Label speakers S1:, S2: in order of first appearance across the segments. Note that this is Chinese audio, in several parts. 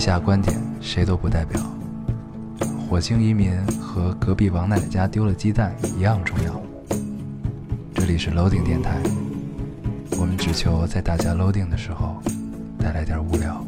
S1: 下观点谁都不代表。火星移民和隔壁王奶奶家丢了鸡蛋一样重要。这里是 Loading 电台，我们只求在大家 Loading 的时候带来点无聊。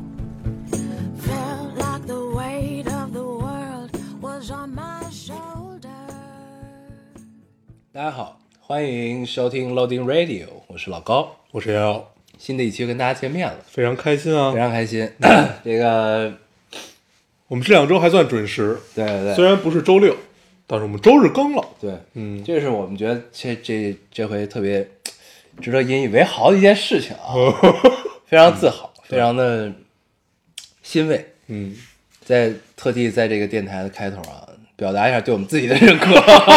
S1: 大家好，欢迎收听 Loading Radio， 我是老高，
S2: 我是瑶瑶。
S1: 新的一期跟大家见面了，
S2: 非常开心啊，
S1: 非常开心。这个
S2: 我们这2周还算准时，
S1: 对对对，
S2: 虽然不是周六，但是我们周日更了。
S1: 对，这是我们觉得这回特别值得引以为豪的一件事情啊，非常自豪，非常的欣慰。特地在这个电台的开头啊，表达一下对我们自己的认可，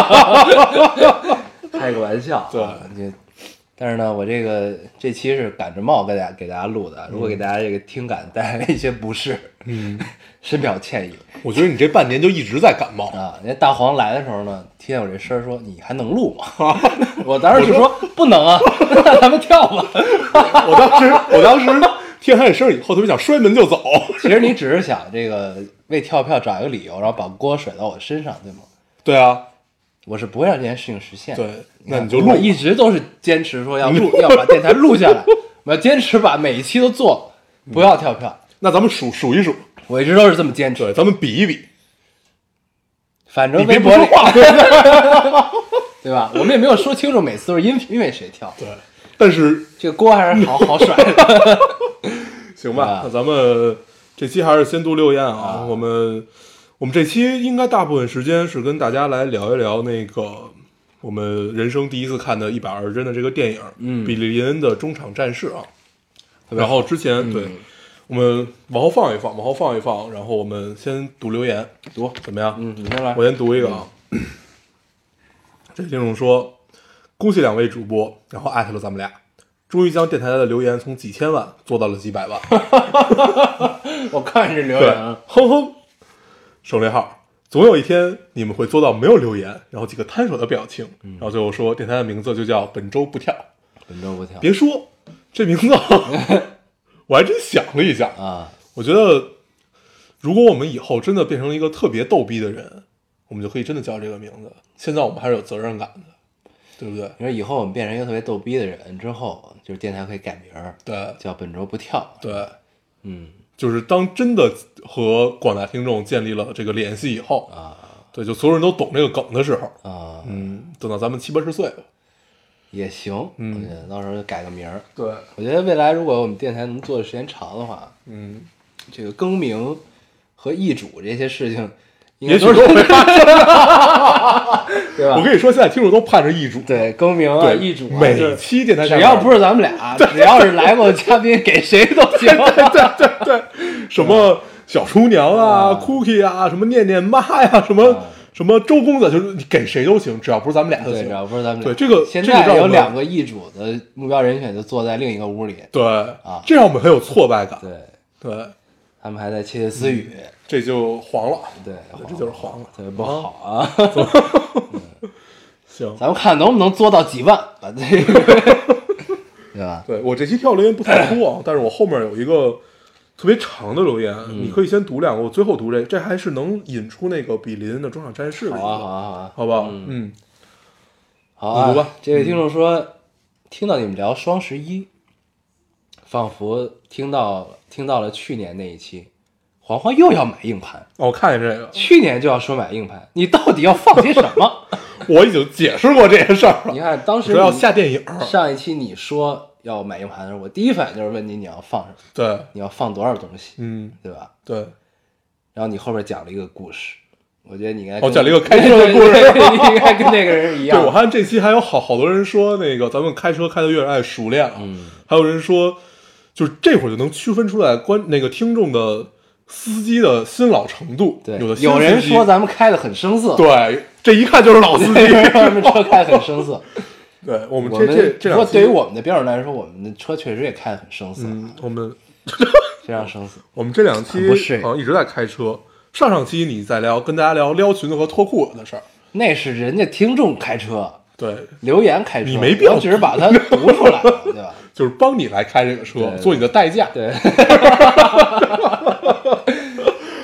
S1: 开个玩笑。对，但是呢，我这期是赶着冒给大家录的，如果给大家这个听感带来一些不适，深表歉意。
S2: 我觉得你这半年就一直在感冒
S1: 啊！那大黄来的时候呢，听见我这声说你还能录吗？我当时就说不能啊，那咱们跳吧。
S2: 我当时听他这声以后，特别想摔门就走。
S1: 其实你只是想这个为跳票找一个理由，然后把锅甩到我身上，对吗？
S2: 对啊，
S1: 我是不会让这件事情实现。
S2: 对，那你就录。
S1: 我一直都是坚持说要录，要把电台录下来，我要坚持把每一期都做，不要跳票。
S2: 那咱们数一数。
S1: 我一直都是这么坚持。
S2: 对，咱们比一比。
S1: 反正微博里，对吧？我们也没有说清楚每次都是因为谁跳。
S2: 对，但是
S1: 这个锅还是好甩的。
S2: 行吧，那咱们这期还是先读留言啊。我们这期应该大部分时间是跟大家来聊一聊那个我们人生第一次看的一百20帧的这个电影，比利林恩的中场战事啊。然后之前对。我们往后放一放，然后我们先读留言，读怎么样？
S1: 你先来，
S2: 我先读一个啊。这听众说，恭喜2位主播，然后艾特了咱们俩，终于将电台的留言从几千万做到了几百万。
S1: 我看这留言，
S2: 哼哼，省略号，总有一天你们会做到没有留言，然后几个摊手的表情，然后最后说电台的名字就叫本周不跳。
S1: 本周不跳，
S2: 别说这名字。我还真想了一下
S1: 啊，
S2: 我觉得如果我们以后真的变成一个特别逗逼的人，我们就可以真的叫这个名字。现在我们还是有责任感的，对不对？
S1: 你说以后我们变成一个特别逗逼的人之后，就是电台可以改名，
S2: 对，
S1: 叫本周不跳。
S2: 对，就是当真的和广大听众建立了这个联系以后
S1: 啊，
S2: 对，就所有人都懂这个梗的时候
S1: 啊，
S2: 等到咱们70-80岁吧。
S1: 也行，我觉得到时候就改个名儿。
S2: 对，
S1: 我觉得未来如果我们电台能做的时间长的话，这个更名和易主这些事情，
S2: 也许都会发生，
S1: 对吧？
S2: 我跟你说，现在听众都盼着易主，
S1: 对，更名啊，易主啊，
S2: 每期电台
S1: 只要不是咱们俩，只要是来过的嘉宾，给谁都行。
S2: 对，什么小厨娘啊，Cookie 啊，什么念念妈呀，什么周公子，就是给谁都行，只要不是咱们俩就行。
S1: 对，只要不是咱们俩。
S2: 对，这个
S1: 现在有2个易主的目标人选就坐在另一个屋里。
S2: 对
S1: 啊，
S2: 这让我们很有挫败感。对，
S1: 他们还在窃窃私语，
S2: 这就黄了。
S1: 对，
S2: 这就是黄了，
S1: 特别不好啊。
S2: 行，
S1: 咱们看能不能做到几万，把这个，对吧？
S2: 对，我这期跳留言不太多啊，但是我后面有一个特别长的留言，你可以先读2个，我最后读这还是能引出那个比林恩的中场战事的一个。好吧，
S1: 好啊，
S2: 你读吧。
S1: 这位听众说，听到你们聊双11，仿佛听到了去年那一期，黄黄又要买硬盘。
S2: 我看见这个，
S1: 去年就要说买硬盘，你到底要放些什么？
S2: 我已经解释过这件事儿了。
S1: 你看当时
S2: 说要下电影，
S1: 上一期你说要买硬盘的时候，我第一反应就是问你要放什么？
S2: 对，
S1: 你要放多少东西？对吧？
S2: 对。
S1: 然后你后边讲了一个故事，我觉得你应该
S2: 讲了一个开车的故事，
S1: 应该跟那个人一样。
S2: 对，我看这期还有好多人说那个咱们开车开的越来越熟练了，还有人说就是这会儿就能区分出来那个听众的司机的新老程度。
S1: 对，
S2: 有
S1: 人说咱们开的很生涩，
S2: 对，这一看就是老司机，
S1: 咱们车开得很生涩。
S2: 对，我们
S1: 这不过对于我们的标准来说，我们的车确实也开得很生涩。
S2: 我们
S1: 非常生涩。
S2: 我们这2期好像一直在开车。上期你在跟大家聊撩裙子和脱裤子的事儿，
S1: 那是人家听众开车，
S2: 对，
S1: 留言开车，
S2: 你没必要，
S1: 我只是把它读出来，对吧？
S2: 就是帮你来开这个车，做你的代驾。
S1: 对，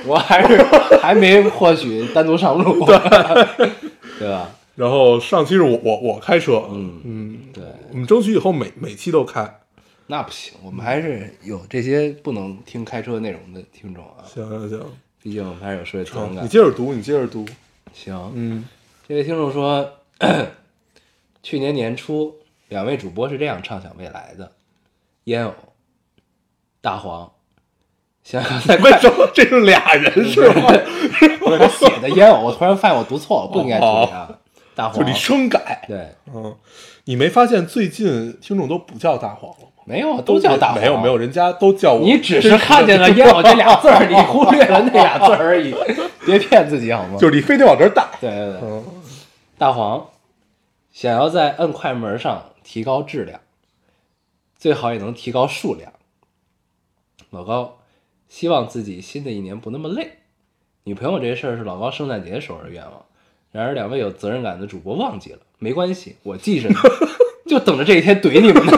S1: 我还没获取单独上路，对吧？
S2: 然后上期是我开车，
S1: 对，
S2: 我们争取以后每期都开。
S1: 那不行，我们还是有这些不能听开车内容的听众啊。
S2: 行，
S1: 毕竟我们还是有社会责任感。
S2: 你接着读。
S1: 行，这位听众说，去年年初，两位主播是这样畅想未来的：烟偶、大黄，想要在
S2: 为什么这是俩人是吗？
S1: 不是他写的烟偶，我突然发现我读错了，不应该读啊。大黄，
S2: 就你生改。
S1: 对，
S2: 你没发现最近听众都不叫大黄了吗？
S1: 没有，都叫大黄。
S2: 没有，人家都叫我。
S1: 你只是看见了烟偶这俩字儿，你忽略了那俩字而已，别骗自己好吗？
S2: 就是你非得往这儿带。
S1: 对，大黄想要在摁快门上提高质量，最好也能提高数量。老高希望自己新的一年不那么累。女朋友这事儿是老高圣诞节时候的愿望，然而两位有责任感的主播忘记了，没关系，我记着呢，就等着这一天怼你们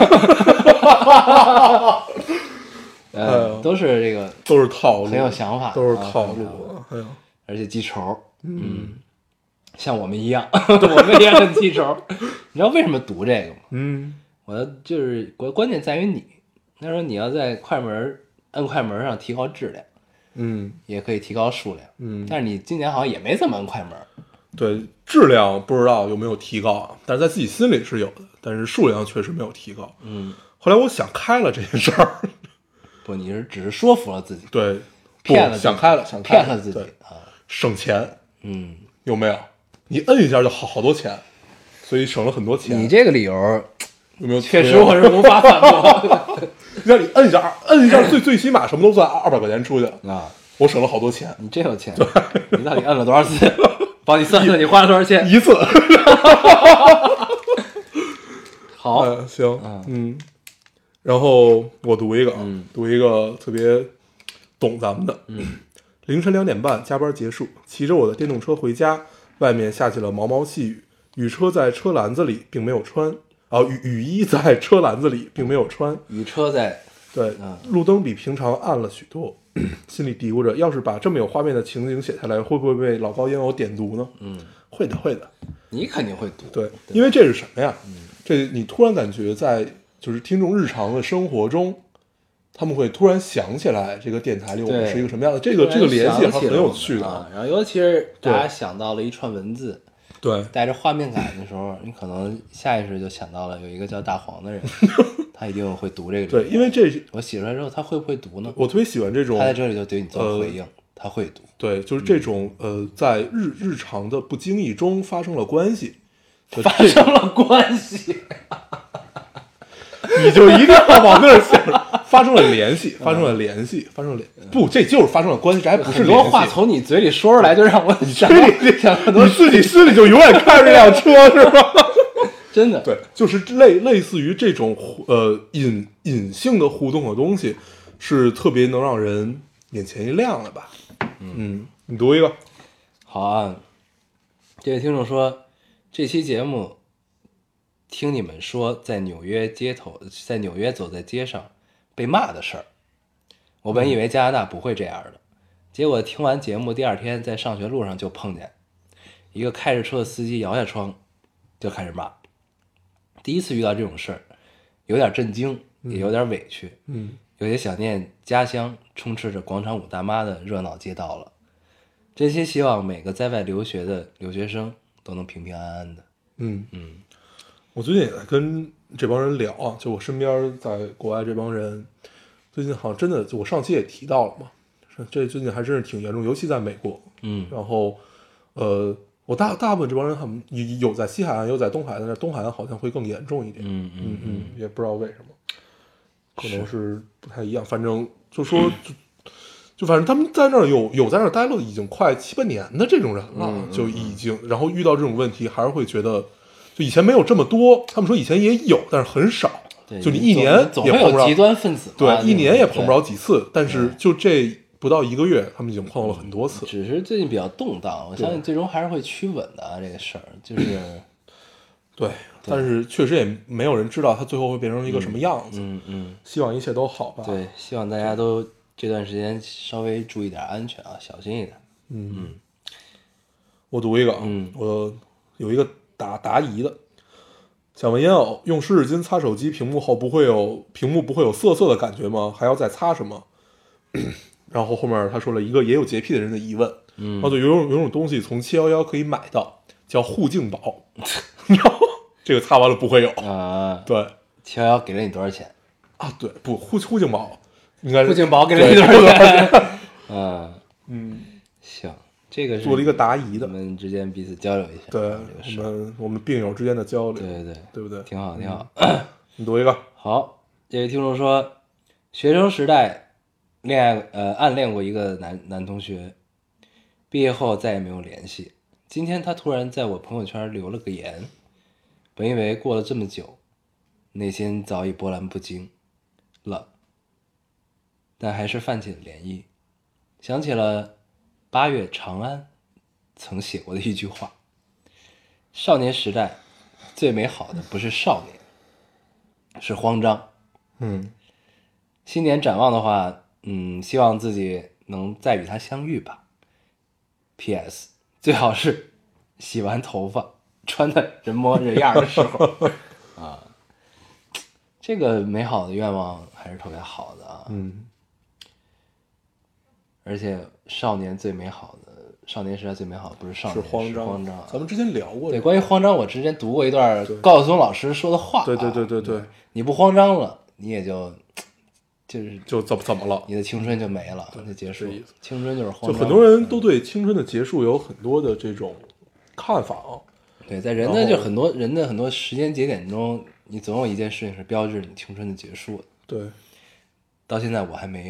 S1: 呢。都是这个，
S2: 都是套路，
S1: 很有想法，
S2: 都是套路，
S1: 而且记仇，像我们一样，我们也很记仇。你知道为什么读这个吗？我就是关键在于你，他说你要在摁快门上提高质量，也可以提高数量，但是你今年好像也没怎么摁快门。
S2: 对，质量不知道有没有提高啊，但是在自己心里是有的，但是数量确实没有提高。后来我想开了这件事儿，
S1: 不，你是只是说服了自己，
S2: 对，
S1: 骗了自己，
S2: 想开了，
S1: 骗了自己啊，
S2: 省钱，有没有？你摁一下就好多钱，所以省了很多钱。
S1: 你这个理由
S2: 有没有？
S1: 确实我是无法反驳。
S2: 让你摁一下，最起码什么都算200块钱出去
S1: 啊，
S2: 我省了好多钱。
S1: 你真有钱，你到底摁了多少次？帮你算算你花了多少钱？
S2: 一次。
S1: 好，
S2: 行，然后我读一个，读一个特别懂咱们的。凌晨2点半，加班结束，骑着我的电动车回家，外面下起了毛毛细雨，雨车在车篮子里并没有穿，雨衣在车篮子里并没有穿，
S1: 雨车在，
S2: 对，路灯比平常暗了许多，心里嘀咕着，要是把这么有画面的情景写下来，会不会被老高烟偶点读呢？会的，
S1: 你肯定会读，
S2: 对，因为这是什么呀？这你突然感觉在就是听众日常的生活中，他们会突然想起来这个电台里我们是一个什么样的，这个联系还很有趣的。
S1: 然后尤其是大家想到了一串文字，
S2: 对，
S1: 带着画面感的时候，你可能下意识就想到了有一个叫大黄的人，他一定会读这个。
S2: 对，因为
S1: 我写出来之后，他会不会读呢？
S2: 我特别喜欢这种，
S1: 他在这里就对你做回应，他会读。
S2: 对，就是这种在日常的不经意中发生了关系，
S1: 发生了关系，
S2: 你就一定要往那儿想，发生了联系，不，这就是发生了关系，这还不是联系。
S1: 很多话从你嘴里说出来，就让我想
S2: 你自己心里就永远开着这辆车是吧？
S1: 真的，
S2: 对，就是类似于这种隐性的互动的东西，是特别能让人眼前一亮的吧？你读一个。
S1: 好啊，这位听众说，这期节目听你们说在纽约走在街上被骂的事儿，我本以为加拿大不会这样的，结果听完节目第二天在上学路上就碰见一个开着车的司机摇下窗就开始骂。第一次遇到这种事儿，有点震惊，也有点委屈，有些想念家乡充斥着广场舞大妈的热闹街道了。真心希望每个在外留学的留学生都能平平安安的。
S2: 我最近也在跟这帮人聊啊，就我身边在国外这帮人，最近好像真的，就我上期也提到了嘛，这最近还真是挺严重，尤其在美国。然后我大部分这帮人他们有在西海岸，有在东海岸，但是东海岸好像会更严重一点。也不知道为什么，可能是不太一样。反正就说就反正他们在那儿有在那儿待了已经快7-8年的这种人了，就已经，然后遇到这种问题还是会觉得，就以前没有这么多，他们说以前也有，但是很少，就你一年也碰不着
S1: 极端分子，
S2: 对，一年也碰不着几次，但是就这不到1个月，他们已经碰到了很多次。
S1: 只是最近比较动荡，我相信最终还是会趋稳的啊，这个事儿就是
S2: 对，但是确实也没有人知道它最后会变成一个什么样子。希望一切都好吧。
S1: 对，希望大家都这段时间稍微注意点安全啊，小心一点。
S2: 我读一个啊，我有一个答疑的，想问烟偶，用湿纸巾擦手机屏幕后不会有涩涩的感觉吗？还要再擦什么？然后后面他说了一个也有洁癖的人的疑问，然后就有种东西从711可以买到，叫护颈宝，然后这个擦完了不会有
S1: 啊。
S2: 对
S1: 711给了你多少钱
S2: 啊？对，不护颈宝应该是
S1: 护颈宝给了你多少钱？行，这个是
S2: 做了一个答疑的，
S1: 我们之间彼此交流一下。
S2: 对，
S1: 这个
S2: 我们病友之间的交流，
S1: 对对
S2: 对不对？
S1: 挺好挺好。
S2: 你读一个。
S1: 好，这位听众说，学生时代暗恋过一个男同学，毕业后再也没有联系。今天他突然在我朋友圈留了个言，本以为过了这么久，内心早已波澜不惊了，但还是泛起了涟漪，想起了8月长安曾写过的一句话：少年时代最美好的不是少年，是慌张。新年展望的话，希望自己能再与他相遇吧。PS 最好是洗完头发穿的人模人样的时候啊，这个美好的愿望还是特别好的啊。而且少年时代最美好的不是少年，是慌张。
S2: 咱们之前聊过，
S1: 对，关于慌张，我之前读过一段高晓松老师说的话。
S2: 对，
S1: 你不慌张了，你也就是
S2: 怎么了？
S1: 你的青春就没了，就结束。青春就是慌张。
S2: 就很多人都对青春的结束有很多的这种看法啊。
S1: 对，在人的就很多人的很多时间节点中，你总有一件事情是标志你青春的结束的。
S2: 对，
S1: 到现在我还没有。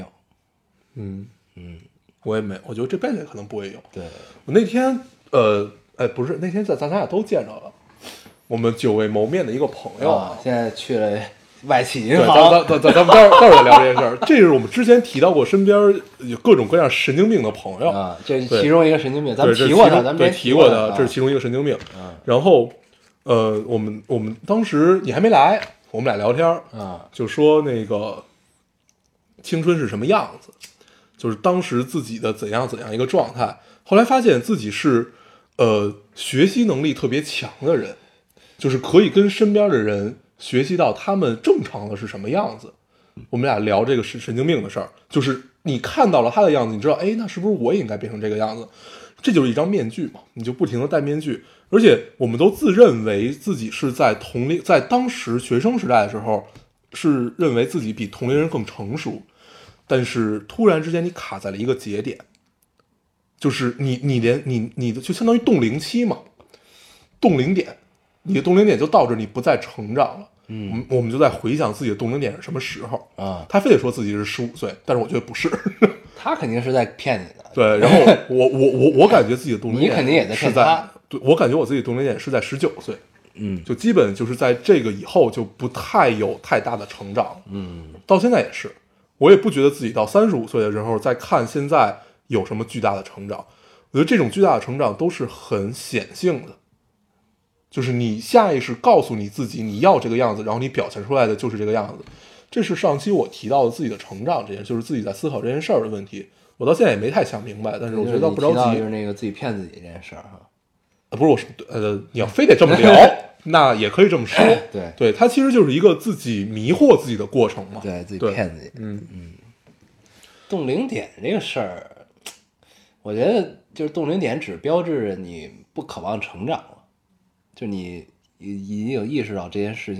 S2: 我也没，我觉得这辈子可能不会有。
S1: 对，
S2: 我那天不是那天咱俩都见着了，我们久未谋面的一个朋友，
S1: 现在去了外企银
S2: 行。咱们待会儿再聊这件事儿。这是我们之前提到过，身边有各种各样神经病的朋友
S1: 啊，这是其中一个神经病，咱们提
S2: 过的，这是其中一个神经病。然后我们当时你还没来，我们俩聊天就说那个青春是什么样子。就是当时自己的怎样一个状态，后来发现自己是学习能力特别强的人，就是可以跟身边的人学习到他们正常的是什么样子。我们俩聊这个神经病的事儿，就是你看到了他的样子，你知道，哎，那是不是我也应该变成这个样子？这就是一张面具嘛，你就不停的戴面具。而且我们都自认为自己是在当时学生时代的时候，是认为自己比同龄人更成熟。但是突然之间你卡在了一个节点，就是你的就相当于冻龄期嘛，冻龄点，你的冻龄点就到这，你不再成长了。我们就在回想自己的冻龄点是什么时候啊？他非得说自己是15岁，但是我觉得不是，
S1: 他肯定是在骗你的。
S2: 对，然后我感觉自己的冻龄点，
S1: 你肯定也在骗他。
S2: 对，我感觉我自己冻龄点是在19岁，就基本就是在这个以后就不太有太大的成长了。到现在也是。我也不觉得自己到35岁的时候再看现在有什么巨大的成长，我觉得这种巨大的成长都是很显性的，就是你下意识告诉你自己你要这个样子，然后你表现出来的就是这个样子。这是上期我提到的自己的成长这件，就是自己在思考这件事儿的问题。我到现在也没太想明白，但是我觉得不着急。
S1: 就是那个自己骗自己这件事儿哈。
S2: 不是你要非得这么聊。那也可以这么说，对，它其实就是一个自己迷惑自己的过程嘛，
S1: 对自己骗自己。冻龄点这个事儿，我觉得就是冻龄点只标志着你不渴望成长了，就你已经有意识到这件事情，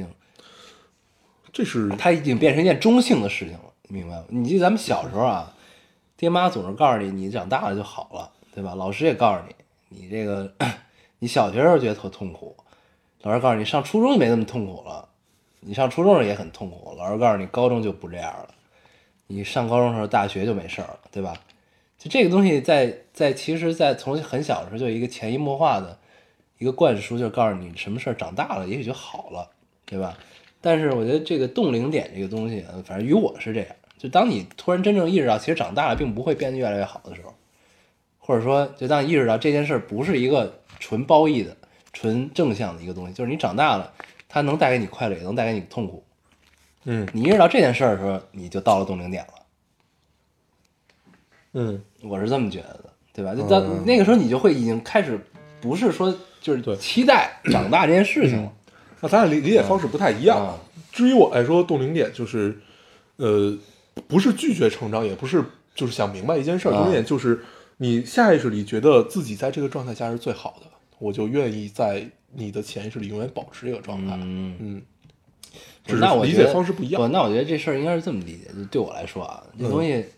S1: 它已经变成一件中性的事情了，你明白吗？你记得咱们小时候啊，爹妈总是告诉你，你长大了就好了，对吧？老师也告诉你，你这个你小学时候觉得特痛苦。老师告诉你上初中就没那么痛苦了，你上初中也很痛苦，老师告诉你高中就不这样了，你上高中的时候大学就没事了，对吧？就这个东西其实在从很小的时候就有一个潜移默化的一个灌输，就是告诉你什么事儿长大了也许就好了，对吧？但是我觉得这个冻龄点这个东西，反正于我是这样，就当你突然真正意识到其实长大了并不会变得越来越好的时候，或者说就当你意识到这件事不是一个纯褒义的纯正向的一个东西，就是你长大了它能带给你快乐也能带给你痛苦。你意识到这件事儿的时候，你就到了冻龄点了。 我是这么觉得的，对吧？就到那个时候，你就会已经开始不是说就是期待长大这件事情了。
S2: 那咱俩理解方式不太一样。至于我来说，冻龄点就是，不是拒绝成长，也不是就是想明白一件事儿。冻龄点就是你下意识里觉得自己在这个状态下是最好的，我就愿意在你的潜意识里永远保持这个状态。只是理解方式不一样。
S1: 那我觉得这事儿应该是这么理解，就对我来说啊，这东西，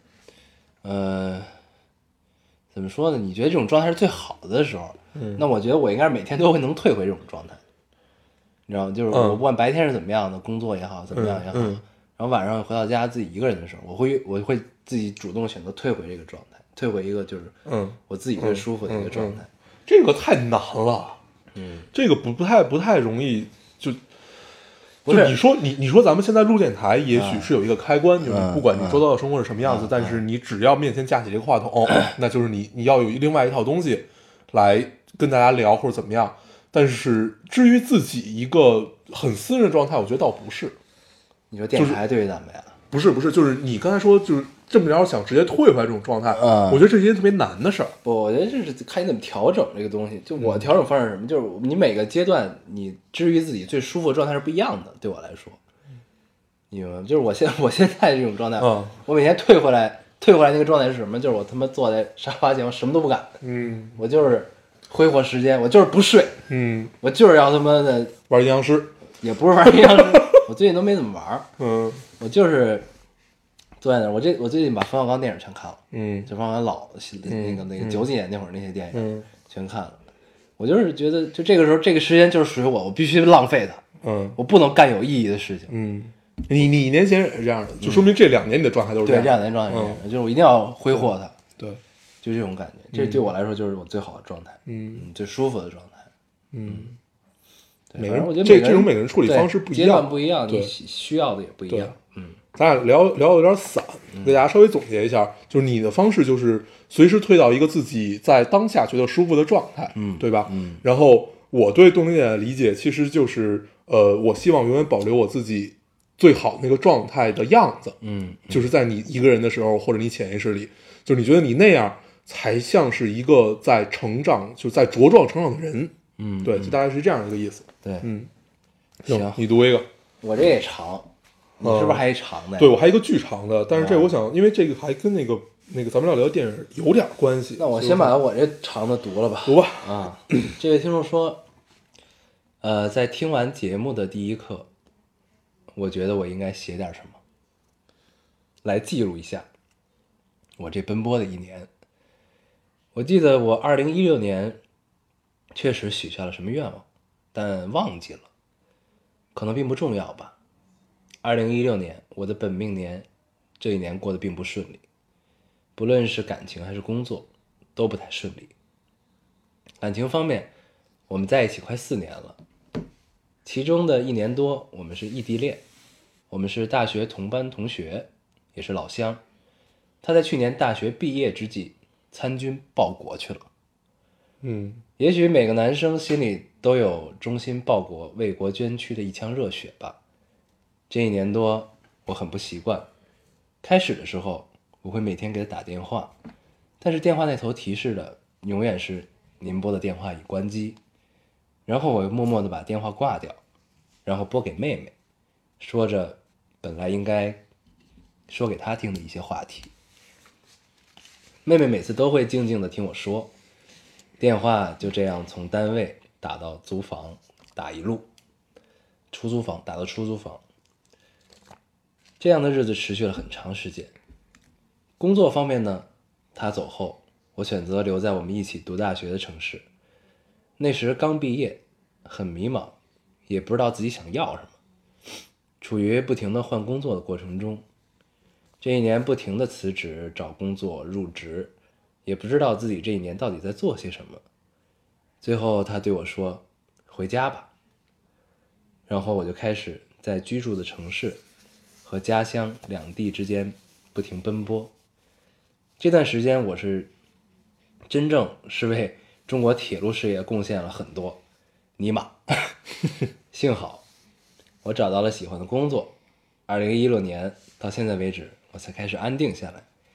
S1: 怎么说呢？你觉得这种状态是最好的时候，那我觉得我应该是每天都会能退回这种状态，你知道吗？就是我不管白天是怎么样的，工作也好，怎么样也好，然后晚上回到家自己一个人的时候，我会自己主动选择退回这个状态，退回一个就是我自己最舒服的一个状态。
S2: 这个太难了，这个不太容易就你说咱们现在录电台，也许是有一个开关，就是不管你周遭的生活是什么样子，但是你只要面前架起这个话筒，那就是你要有另外一套东西来跟大家聊或者怎么样。但是至于自己一个很私人的状态，我觉得倒不是。
S1: 你说电台对于咱们呀？
S2: 不是，就是你刚才说就是这么着想直接退回来这种状态，我觉得这是一件特别难的事儿。不，
S1: 我觉得这是看你怎么调整这个东西。就我调整方式是什么？就是你每个阶段你至于自己最舒服的状态是不一样的。对我来说，你明白吗？就是我现在这种状态，我每天退回来那个状态是什么？就是我他妈坐在沙发前，我什么都不干，我就是挥霍时间，我就是不睡，我就是要他妈的
S2: 玩阴阳师，
S1: 也不是玩阴阳师，我最近都没怎么玩，我就是坐在那儿。我最近把冯小刚电影全看了，就冯小刚老那个90几年那会儿那些电影，全看了。我就是觉得，就这个时候这个时间就是属于我必须浪费它，我不能干有意义的事情，
S2: 你年前是这样的，就说明这2年你的状态都是这样。
S1: 对，这2年状态是这样的，就是我一定要挥霍它。
S2: 对，
S1: 就这种感觉，这对我来说就是我最好的状态，最舒服的状态。
S2: 每个人
S1: 我觉得
S2: 这种每个人处理方式不一样，
S1: 阶段不一样，你需要的也不一样。
S2: 咱俩聊有点散，给大家稍微总结一下，就是你的方式就是随时退到一个自己在当下觉得舒服的状态，对吧？然后我对冻龄点的理解其实就是，我希望永远保留我自己最好那个状态的样子，就是在你一个人的时候，或者你潜意识里，就是你觉得你那样才像是一个在成长，就在茁壮成长的人，对，就大概是这样一个意思。
S1: 对，
S2: 行，你读一个，
S1: 我这也长。你是不是还一长的？
S2: 对，我还一个巨长的，但是这我想，因为这个还跟那个咱们要聊的电影有点关系。
S1: 那我先把我这长的读了吧。
S2: 读吧。
S1: 这位听众说，在听完节目的第一刻，我觉得我应该写点什么，来记录一下我这奔波的一年。我记得我2016年确实许下了什么愿望，但忘记了，可能并不重要吧。2016年，我的本命年，这一年过得并不顺利，不论是感情还是工作，都不太顺利。感情方面，我们在一起快4年了，其中的1年多，我们是异地恋，我们是大学同班同学，也是老乡。他在去年大学毕业之际，参军报国去了。也许每个男生心里都有忠心报国、为国捐躯的一腔热血吧。这1年多，我很不习惯。开始的时候，我会每天给他打电话，但是电话那头提示的永远是您拨的电话已关机。然后我又默默地把电话挂掉，然后拨给妹妹，说着本来应该说给她听的一些话题。妹妹每次都会静静地听我说，电话就这样从单位打到租房，打一路，出租房打到出租房。这样的日子持续了很长时间。工作方面呢，他走后，我选择留在我们一起读大学的城市。那时刚毕业，很迷茫，也不知道自己想要什么，处于不停的换工作的过程中。这1年不停的辞职、找工作、入职，也不知道自己这1年到底在做些什么。最后他对我说，回家吧。然后我就开始在居住的城市和家乡两地之间不停奔波。这段时间我是真正是为中国铁路事业贡献了很多尼玛幸好我找到了喜欢的工作，2016年到现在为止我才开始安定下来，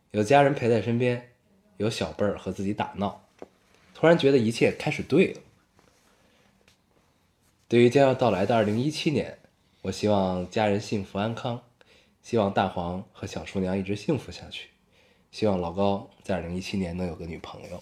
S1: 有家人陪在身边，有小辈儿和自己打闹，突然觉得一切开始对了。对于将要到来的2017年，我希望家人幸福安康，希望大黄和小厨娘一直幸福下去，希望老高在2017年能有个女朋友。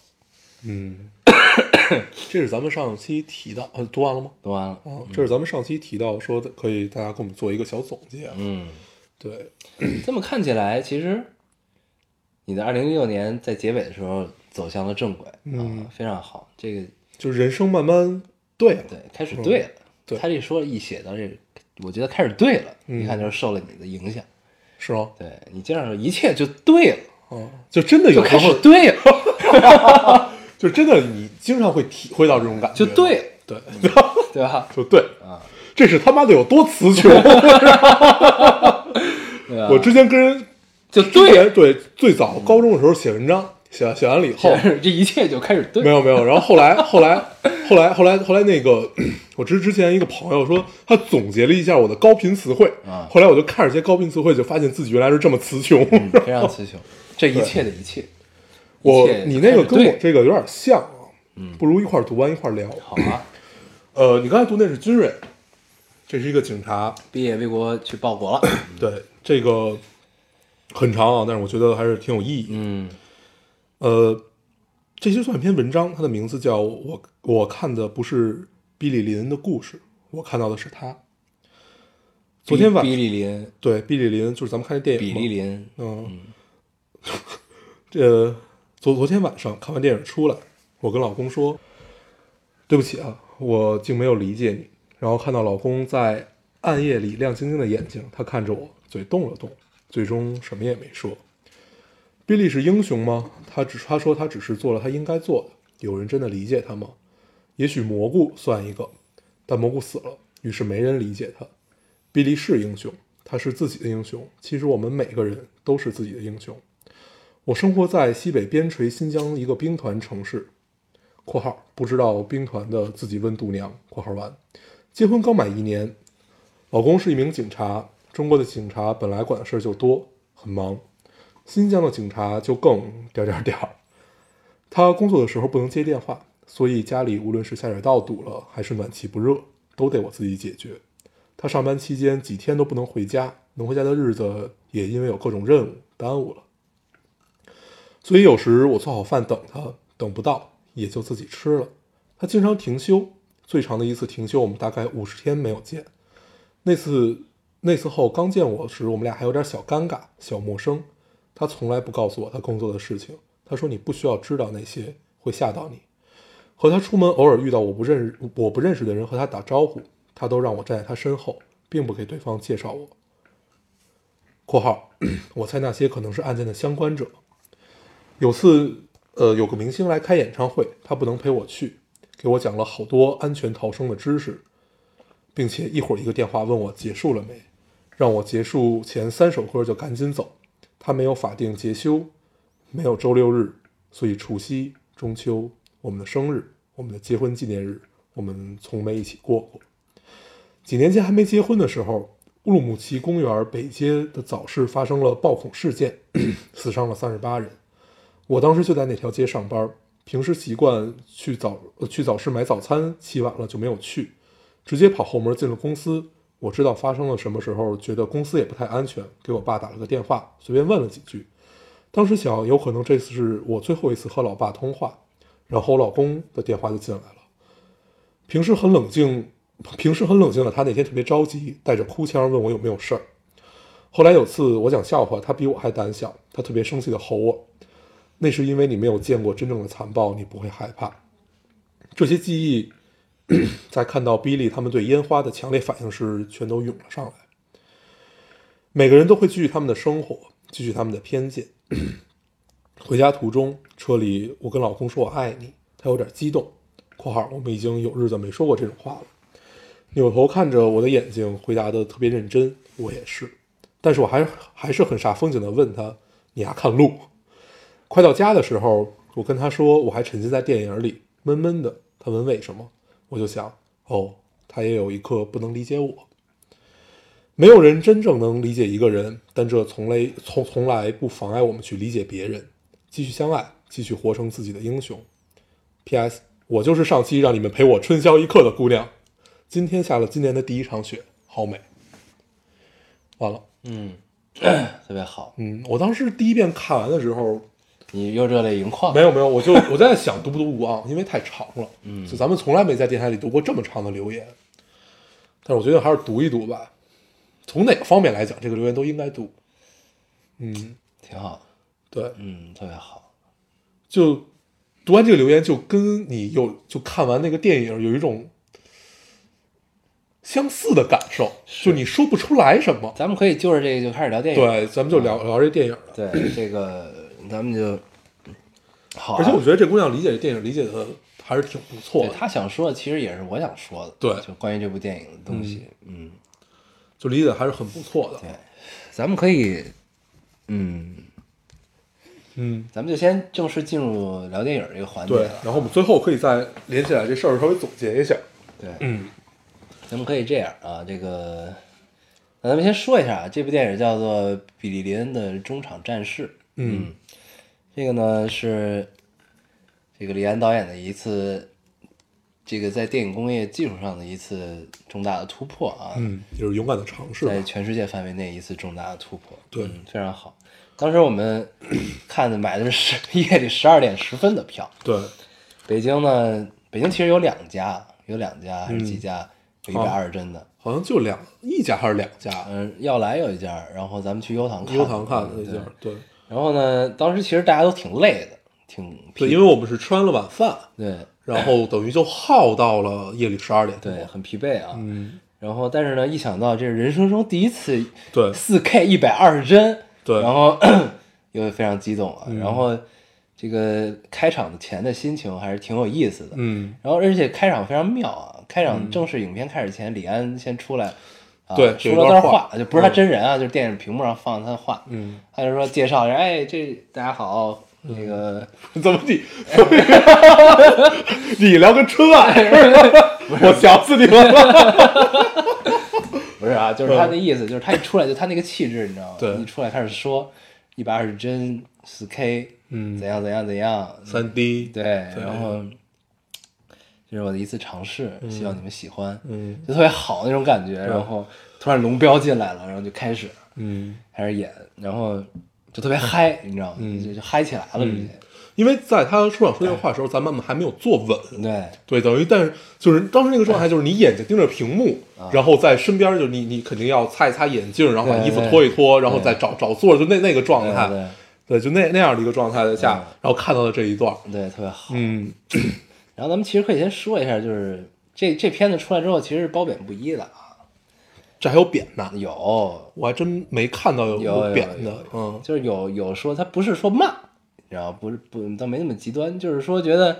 S2: 这是咱们上期提到，读完了吗？
S1: 读完了。
S2: 这是咱们上期提到说的，可以大家给我们做一个小总结。对，
S1: 这么看起来，其实你的2016年在结尾的时候走向了正轨，非常好。这个
S2: 就是人生慢慢对了，
S1: 对，开始对了。
S2: 对，
S1: 他这说一写到这个，我觉得开始对了，一看就是受了你的影响，
S2: 是吗？
S1: 对你这样一切就对了，
S2: 就真的有时候
S1: 就开始对了，
S2: 就真的你经常会体会到这种感觉，
S1: 就对了，
S2: 对，
S1: 对吧？
S2: 就对
S1: 啊，
S2: 这是他妈的有多词穷。我之前跟人
S1: 就
S2: 对最早高中的时候写文章，写完了以后，
S1: 这一切就开始对，
S2: 没有，然后后来那个，我之前一个朋友说他总结了一下我的高频词汇，后来我就看着这些高频词汇，就发现自己原来是这么词穷，
S1: 非常词穷，这一切的一切，
S2: 你那个跟我这个有点像啊，不如一块读完一块聊，
S1: 好啊。
S2: 你刚才读那是军人，这是一个警察
S1: 毕业为国去报国了，
S2: 对，这个很长啊，但是我觉得还是挺有意义。这些算一篇文章，它的名字叫我看的不是比利林的故事，我看到的是他。昨天晚
S1: 比利林，
S2: 对，比利林就是咱们看的电影
S1: 比利林，
S2: 昨天晚上看完电影出来，我跟老公说，对不起啊，我竟没有理解你。然后看到老公在暗夜里亮晶晶的眼睛，他看着我，嘴动了动，最终什么也没说。比利是英雄吗？他说他只是做了他应该做的。有人真的理解他吗？也许蘑菇算一个，但蘑菇死了，于是没人理解他。比利是英雄，他是自己的英雄。其实我们每个人都是自己的英雄。我生活在西北边陲新疆一个兵团城市（括号不知道兵团的自己问度娘）（括号完）。结婚刚满1年，老公是一名警察。中国的警察本来管的事就多，很忙。新疆的警察就更……他工作的时候不能接电话，所以家里无论是下水道堵了，还是暖气不热，都得我自己解决。他上班期间几天都不能回家，能回家的日子也因为有各种任务耽误了。所以有时我做好饭等他，等不到也就自己吃了。他经常停休，最长的一次停休我们大概50天没有见。那次后刚见我时，我们俩还有点小尴尬，小陌生。他从来不告诉我他工作的事情，他说你不需要知道那些，会吓到你。和他出门偶尔遇到我不认识的人和他打招呼，他都让我站在他身后，并不给对方介绍我。括号我猜那些可能是案件的相关者。有次有个明星来开演唱会，他不能陪我去，给我讲了好多安全逃生的知识，并且一会儿一个电话问我结束了没，让我结束前3首歌就赶紧走。他没有法定节休，没有周6日，所以除夕、中秋、我们的生日、我们的结婚纪念日，我们从没一起过过。几年前还没结婚的时候，乌鲁木齐公园北街的早市发生了爆恐事件，死伤了38人。我当时就在那条街上班，平时习惯去早市买早餐，起晚了就没有去，直接跑后门进了公司。我知道发生了什么时候，觉得公司也不太安全，给我爸打了个电话，随便问了几句。当时想，有可能这次是我最后一次和老爸通话，然后我老公的电话就进来了。平时很冷静的他那天特别着急，带着哭腔问我有没有事儿。后来有次我讲笑话，他比我还胆小，他特别生气的吼我，那是因为你没有见过真正的残暴，你不会害怕。这些记忆在看到比利他们对烟花的强烈反应时全都涌了上来。每个人都会继续他们的生活，继续他们的偏见。回家途中，车里我跟老公说我爱你，他有点激动（括号我们已经有日子没说过这种话了），扭头看着我的眼睛，回答的特别认真，我也是。但是我还是很煞风景的问他，你还看路？快到家的时候，我跟他说我还沉浸在电影里，闷闷的。他问为什么，我就想，他也有一刻不能理解我。 没有人真正能理解一个人，但这从来不妨碍我们去理解别人，继续相爱，继续活成自己的英雄。P.S. 我就是上期让你们陪我春宵一刻的姑娘，今天下了今年的第一场雪，好美。完了，
S1: 特别好。
S2: 我当时第一遍看完的时候，
S1: 你又热泪盈眶？
S2: 没有，我在想读不读啊，因为太长了。就咱们从来没在电台里读过这么长的留言，但是我觉得还是读一读吧。从哪个方面来讲，这个留言都应该读。
S1: 挺好的。
S2: 对，
S1: 特别好。
S2: 就读完这个留言，就跟你就看完那个电影有一种相似的感受，就你说不出来什么。
S1: 咱们可以就着这个就开始聊电影。
S2: 对，咱们就聊这电影了。
S1: 对，这个咱们就好。
S2: 而且我觉得这姑娘理解这电影理解的还是挺不错的。
S1: 她想说的其实也是我想说的。
S2: 对，
S1: 就关于这部电影的东西，
S2: 就理解还是很不错的。
S1: 对，咱们可以，咱们就先正式进入聊电影这个环节了。
S2: 对，然后我们最后可以再连起来这事儿稍微总结一下。
S1: 对，咱们可以这样啊，这个，那咱们先说一下，这部电影叫做《比利林恩的中场战事》。这个呢是这个李安导演的一次，这个在电影工业技术上的一次重大的突破啊。
S2: 就是勇敢的尝试，
S1: 在全世界范围内一次重大的突破。
S2: 对，
S1: 非常好。当时我们买的是夜里12点10分的票。
S2: 对，
S1: 北京其实有两家还是几家有120帧的，
S2: 好像就一家还是两家。
S1: 要来有一家，然后咱们去优唐看
S2: 的那家。对。
S1: 然后呢，当时其实大家都挺累的，
S2: 对，因为我们是吃完了晚饭，
S1: 对，
S2: 然后等于就耗到了夜里12点多，
S1: 对，很疲惫啊。然后但是呢，一想到这是人生中第一次
S2: 对
S1: 4K 120帧，
S2: 对，
S1: 然后又非常激动啊。然后这个开场前的心情还是挺有意思的。然后而且开场非常妙啊，开场正式影片开始前，李安先出来。
S2: 对，
S1: 说了段话，就不是他真人啊，就是电影屏幕上放他的话。他就说介绍一下，哎，这大家好，那个
S2: 怎么你聊跟春晚似的，我想死你们了。
S1: 不是啊，就是他的意思，就是他一出来就他那个气质，你知道吗？
S2: 对，
S1: 一出来开始说120帧4K，怎样
S2: 3D，
S1: 对，然后这是我的一次尝试，希望你们喜欢，就特别好那种感觉。然后突然龙标进来了，然后就开始演，然后就特别嗨，你知道吗？就嗨起来了直接。
S2: 因为在他出场说这个话的时候，咱们还没有坐稳，
S1: 对，
S2: 等于但是就是当时那个状态，就是你眼睛盯着屏幕，然后在身边就你肯定要擦一擦眼镜，然后把衣服脱一脱，然后再找座，就那个状态，对，就那样的一个状态的下，然后看到了这一段，
S1: 对，特别好。然后咱们其实可以先说一下，就是这片子出来之后，其实是褒贬不一的啊。
S2: 这还有贬的？
S1: 有，
S2: 我还真没看到有贬的。
S1: 就是有说他不是说骂，你知道不倒没那么极端，就是说觉得，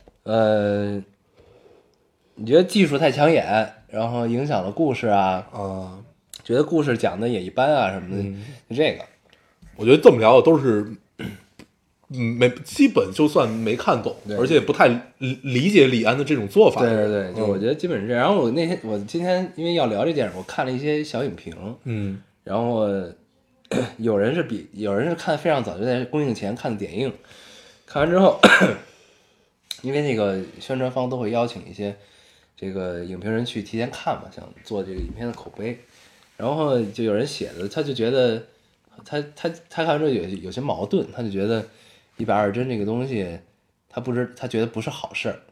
S1: 你觉得技术太抢眼，然后影响了故事啊，觉得故事讲的也一般啊什么的，就这个。
S2: 我觉得这么聊的都是。基本就算没看懂，而且不太理解李安的这种做法。
S1: 对，就我觉得基本是这样。然后我今天因为要聊这电影，我看了一些小影评，然后有人是看非常早，就在公映前看的点映，看完之后，因为那个宣传方都会邀请一些这个影评人去提前看嘛，想做这个影片的口碑，然后就有人写的，他就觉得他看完之后有些矛盾，他就觉得。120帧这个东西，他觉得不是好事儿，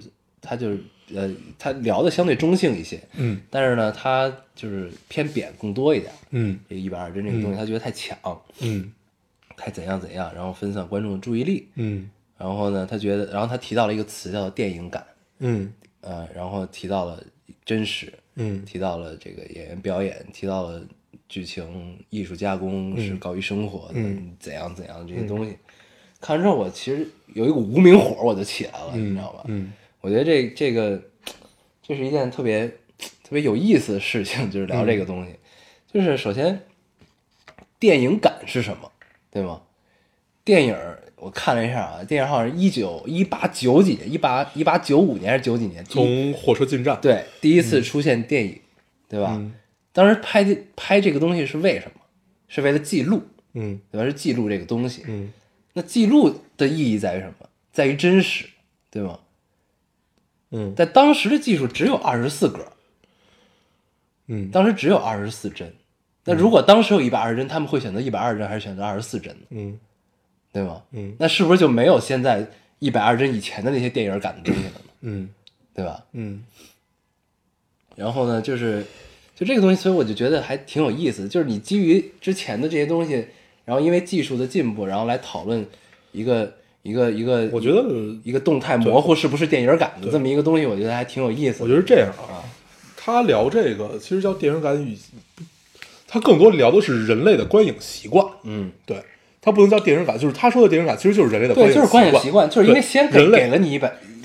S1: 他聊的相对中性一些，但是呢，他就是偏贬更多一点，这120帧这个东西，他觉得太强，太怎样，然后分散观众的注意力，然后呢，然后他提到了一个词叫做电影感，然后提到了真实，提到了这个演员表演，提到了剧情艺术加工是高于生活的，怎样这些东西。看完之后，我其实有一股无名火，我就起来了，你知道吧？我觉得这是一件特别有意思的事情，就是聊这个东西。就是首先，电影感是什么，对吗？电影我看了一下啊，电影好像是1890几年，1895年还是90几年，
S2: 从火车进站，
S1: 对，第一次出现电影，对吧？ 当时拍这个东西是为什么？是为了记录，
S2: 对
S1: 吧？是记录这个东西，那记录的意义在于什么？在于真实，对吗？在当时的技术只有24格，当时只有24帧。那如果当时有120帧，他们会选择120帧还是选择24帧呢？对吗？那是不是就没有现在120帧以前的那些电影感的东西了呢？对吧？然后呢，就这个东西，所以我就觉得还挺有意思的，就是你基于之前的这些东西，然后因为技术的进步，然后来讨论一个，
S2: 我觉得
S1: 一个动态模糊是不是电影感的这么一个东西，我觉得还挺有意思的。
S2: 我觉得这样啊，他聊这个其实叫电影感与，他更多聊的是人类的观影习惯。对，他不能叫电影感，就是他说的电影感其实就是人类的观影习惯，
S1: 对，就是观影习惯，就是因为先给了你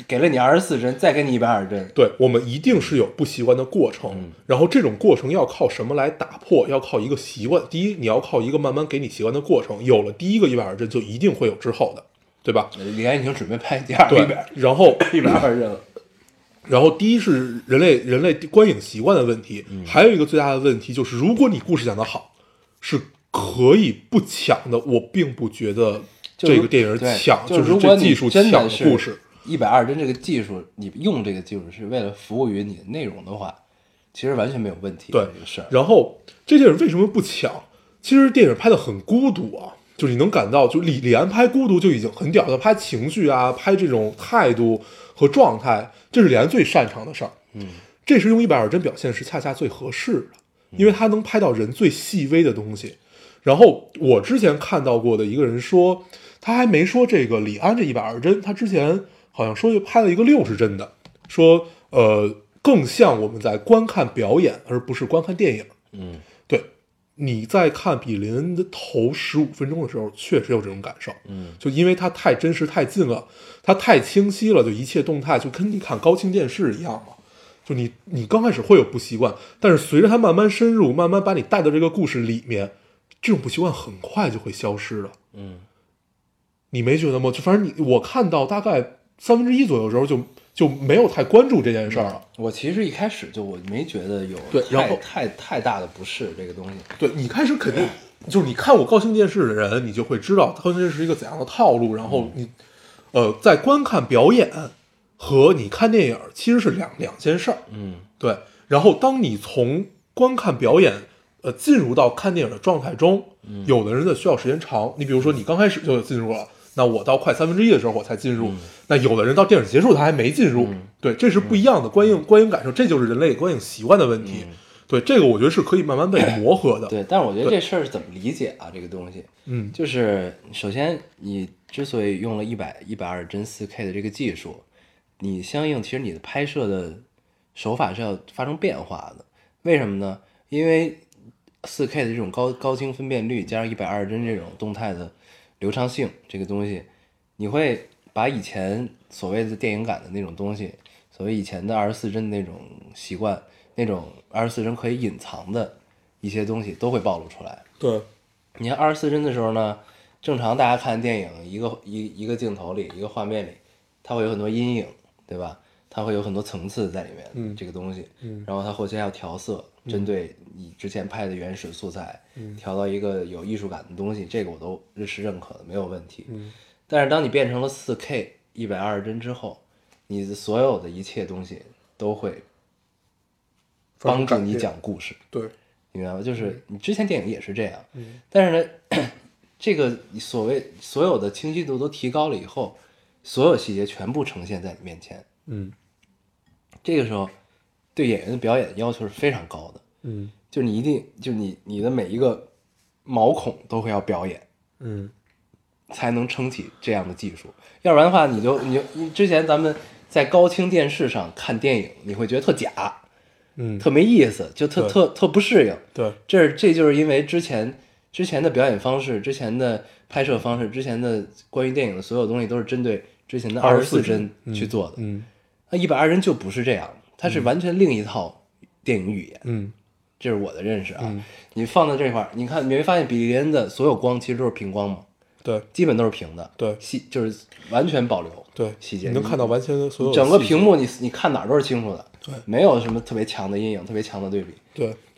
S1: 24帧，再给你120帧。
S2: 对，我们一定是有不习惯的过程，然后这种过程要靠什么来打破？要靠一个习惯。第一，你要靠一个慢慢给你习惯的过程，有了第一个120帧，就一定会有之后的，对吧？
S1: 李安已经准备拍第二个100，
S2: 然后
S1: 120帧了。
S2: 然后第一是人类观影习惯的问题，还有一个最大的问题就是，如果你故事讲得好，是可以不抢的。我并不觉得这个电影抢，
S1: 就是
S2: 这技术抢的故事。
S1: 120帧这个技术，你用这个技术是为了服务于你的内容的话，其实完全没有问题。
S2: 对
S1: 这个事儿。
S2: 然后这电影为什么不抢？其实电影拍的很孤独啊，就是你能感到，就李安拍孤独就已经很屌了，拍情绪啊，拍这种态度和状态，这是李安最擅长的事儿。这是用120帧表现是恰恰最合适的，因为他能拍到人最细微的东西。然后我之前看到过的一个人说，他还没说这个李安这120帧，他之前好像说就拍了一个60帧的，说更像我们在观看表演，而不是观看电影。对，你在看比林恩的头15分钟的时候，确实有这种感受。就因为它太真实、太近了，它太清晰了，就一切动态就跟你看高清电视一样嘛。就你刚开始会有不习惯，但是随着它慢慢深入，慢慢把你带到这个故事里面，这种不习惯很快就会消失了。你没觉得吗？就反正我看到大概1/3左右的时候就没有太关注这件事儿了。
S1: 我其实一开始我没觉得有太大的不适这个东西。
S2: 对，你开始肯定就是你看过高清电视的人，你就会知道高清电视是一个怎样的套路。然后你在观看表演和你看电影其实是两件事儿。对。然后当你从观看表演进入到看电影的状态中，有的人的需要时间长。你比如说你刚开始就进入了，那我到快1/3的时候我才进入。那有的人到电影结束他还没进入。对，这是不一样的观影感受，这就是人类观影习惯的问题。对，这个我觉得是可以慢慢被磨合的。
S1: 对，但是我觉得这事儿是怎么理解啊？这个东西，就是首先你之所以用了120帧4K 的这个技术，你相应其实你的拍摄的手法是要发生变化的。为什么呢？因为4K 的这种高清分辨率加上120帧这种动态的流畅性，这个东西你会把以前所谓的电影感的那种东西，所谓以前的24帧的那种习惯，那种24帧可以隐藏的一些东西都会暴露出来。
S2: 对，
S1: 你看24帧的时候呢，正常大家看电影一个镜头里一个画面里，它会有很多阴影，对吧？它会有很多层次在里面，这个东西，然后它后期还要调色，针对你之前拍的原始素材，调到一个有艺术感的东西，这个我都是认可的，没有问题。但是当你变成了4K 120帧之后，你的所有的一切东西都会帮助你讲故事。
S2: 对，
S1: 明白吗？就是你之前电影也是这样，但是呢，这个所有的清晰度都提高了以后，所有细节全部呈现在你面前。这个时候对演员的表演要求是非常高的。就你一定就你的每一个毛孔都会要表演，才能撑起这样的技术。要不然的话，你之前咱们在高清电视上看电影，你会觉得特假，特没意思，就特不适应。
S2: 对，
S1: 这就是因为之前的表演方式、之前的拍摄方式、之前的关于电影的所有东西都是针对之前的24帧去做的。那120帧就不是这样，它是完全另一套电影语言。这是我的认识啊。你放在这块儿，你看，你会发现比利恩的所有光其实都是平光嘛？
S2: 对，
S1: 基本都是平的。
S2: 对，
S1: 就是完全保留
S2: 对
S1: 细节，
S2: 你能看到完全的所有
S1: 整个屏幕你看哪儿都是清楚的。
S2: 对，
S1: 没有什么特别强的阴影，特别强的对比。
S2: 对，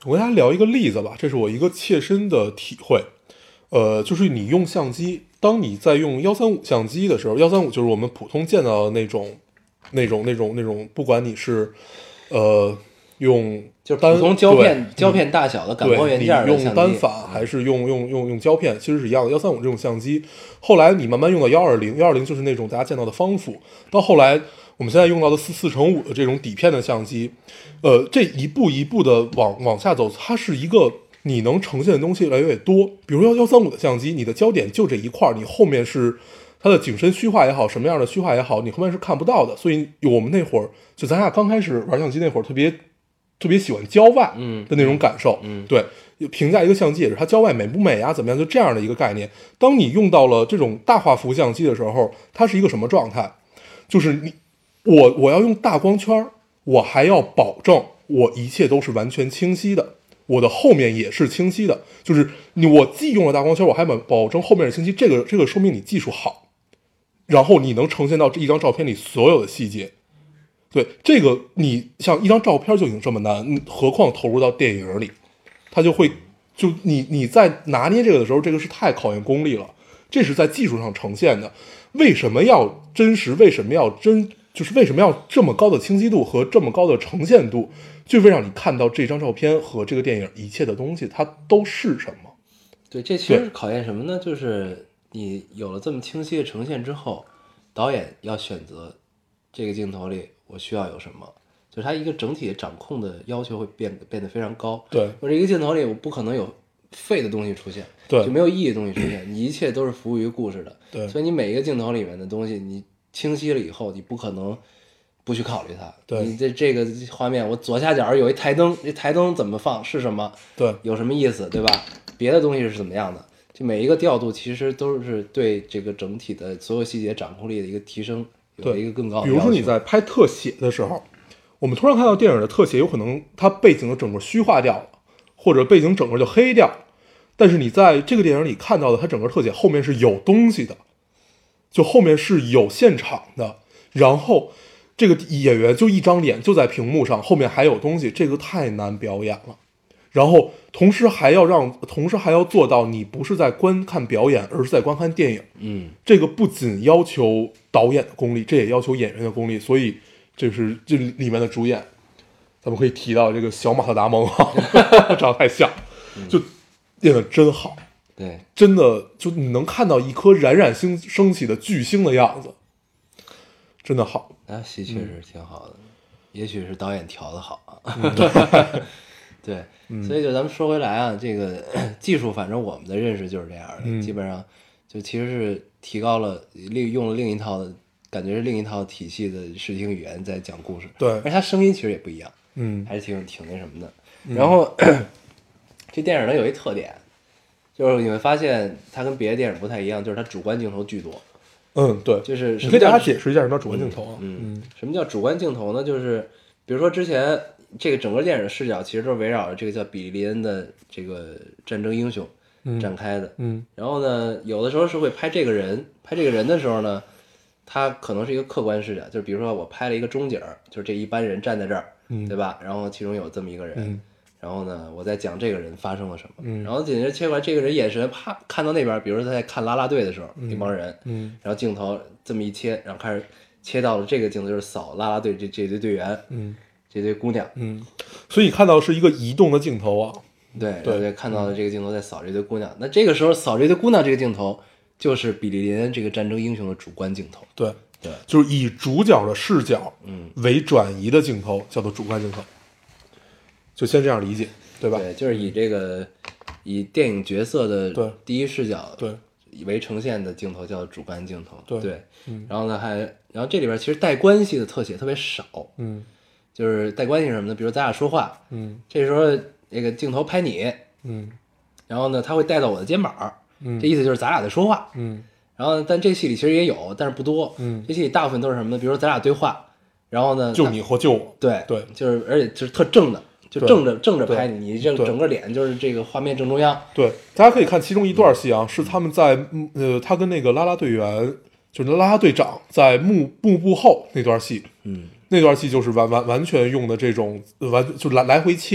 S2: 我跟大家聊一个例子吧，这是我一个切身的体会。就是你用相机，当你在用135相机的时候，135就是我们普通见到的那种，不管你是用
S1: 就是普通胶片大小的感光元件的相机，
S2: 用单反还是用胶片，其实是一样的。135这种相机，后来你慢慢用到120就是那种大家见到的方幅，到后来我们现在用到的4:5的这种底片的相机，这一步一步的往下走，它是一个你能呈现的东西越来越多。比如说135的相机，你的焦点就这一块，你后面是它的景深虚化也好，什么样的虚化也好，你后面是看不到的。所以我们那会儿就咱俩刚开始玩相机那会儿，特别喜欢焦外的那种感受。对，评价一个相机也是它焦外美不美啊，怎么样，就这样的一个概念。当你用到了这种大画幅相机的时候，它是一个什么状态？就是我要用大光圈，我还要保证我一切都是完全清晰的，我的后面也是清晰的。就是我既用了大光圈，我还保证后面是清晰，这个说明你技术好，然后你能呈现到这一张照片里所有的细节。对，这个你像一张照片就已经这么难，何况投入到电影里，它就会你在拿捏这个的时候，这个是太考验功力了，这是在技术上呈现的。为什么要真实？为什么要就是为什么要这么高的清晰度和这么高的呈现度？就为让你看到这张照片和这个电影一切的东西，它都是什么？
S1: 对，这其实考验什么呢？就是你有了这么清晰的呈现之后，导演要选择这个镜头里我需要有什么，就是它一个整体的掌控的要求会变得非常高。
S2: 对，
S1: 我这一个镜头里我不可能有废的东西出现，
S2: 对，
S1: 就没有意义的东西出现，你一切都是服务于故事的。
S2: 对，
S1: 所以你每一个镜头里面的东西，你清晰了以后，你不可能不去考虑它。
S2: 对，
S1: 你这个画面，我左下角有一台灯，这台灯怎么放是什么？
S2: 对，
S1: 有什么意思，对吧？别的东西是怎么样的？就每一个调度其实都是对这个整体的所有细节掌控力的一个提升，有一个更高的要求。
S2: 比如说你在拍特写的时候，我们突然看到电影的特写，有可能它背景的整个虚化掉了，或者背景整个就黑掉，但是你在这个电影里看到的，它整个特写后面是有东西的，就后面是有现场的，然后这个演员就一张脸就在屏幕上，后面还有东西，这个太难表演了。然后同时还要做到你不是在观看表演，而是在观看电影。这个不仅要求导演的功力，这也要求演员的功力。所以这是这里面的主演，咱们可以提到这个小马特·达蒙长得太像，就演得真好。
S1: 对，
S2: 真的就你能看到一颗冉冉升起的巨星的样子，真的好。
S1: 戏确实挺好的，也许是导演调的好啊。对，所以就咱们说回来啊，这个技术，反正我们的认识就是这样的，基本上就其实是提高了，用了另一套的感觉，是另一套体系的视听语言在讲故事。
S2: 对，
S1: 而且它声音其实也不一样，还是挺那什么的。然后这电影呢有一特点，就是你会发现它跟别的电影不太一样，就是它主观镜头巨多。
S2: 对，
S1: 就是
S2: 你给大家解释一下什么叫主观镜头啊？
S1: 什么叫主观镜头呢？就是比如说之前这个整个电影的视角其实都是围绕着这个叫比利林恩的这个战争英雄展开的。然后呢，有的时候是会拍这个人的时候呢，他可能是一个客观视角，就是比如说我拍了一个中景，就是这一班人站在这儿，对吧？然后其中有这么一个人。然后呢，我在讲这个人发生了什么，然后紧接着切过来，这个人眼神啪看到那边，比如说他在看啦啦队的时候，那帮人，然后镜头这么一切，然后开始切到了这个镜头，就是扫啦啦队这堆队员，这堆姑娘，
S2: 所以你看到是一个移动的镜头啊，
S1: 对，看到了这个镜头在扫这堆姑娘，那这个时候扫这堆姑娘这个镜头，就是比利林恩这个战争英雄的主观镜头，
S2: 对，就是以主角的视角，为转移的镜头叫做主观镜头。就先这样理解，对吧？
S1: 对，就是以这个以电影角色的第一视角为呈现的镜头叫主观镜头。对，然后呢然后这里边其实带关系的特写特别少，就是带关系是什么呢？比如咱俩说话，这时候那个镜头拍你，然后呢他会带到我的肩膀，这意思就是咱俩在说话，然后但这戏里其实也有，但是不多，这戏里大部分都是什么呢？比如说咱俩对话，然后呢
S2: 就你或就我，
S1: 对，就是而且就是特正的。就正着拍你，这整个脸就是这个画面正中央。
S2: 对，大家可以看其中一段戏啊，是他们在他跟那个啦啦队员，就是啦啦队长在幕布后那段戏，那段戏就是完全用的这种就来回切，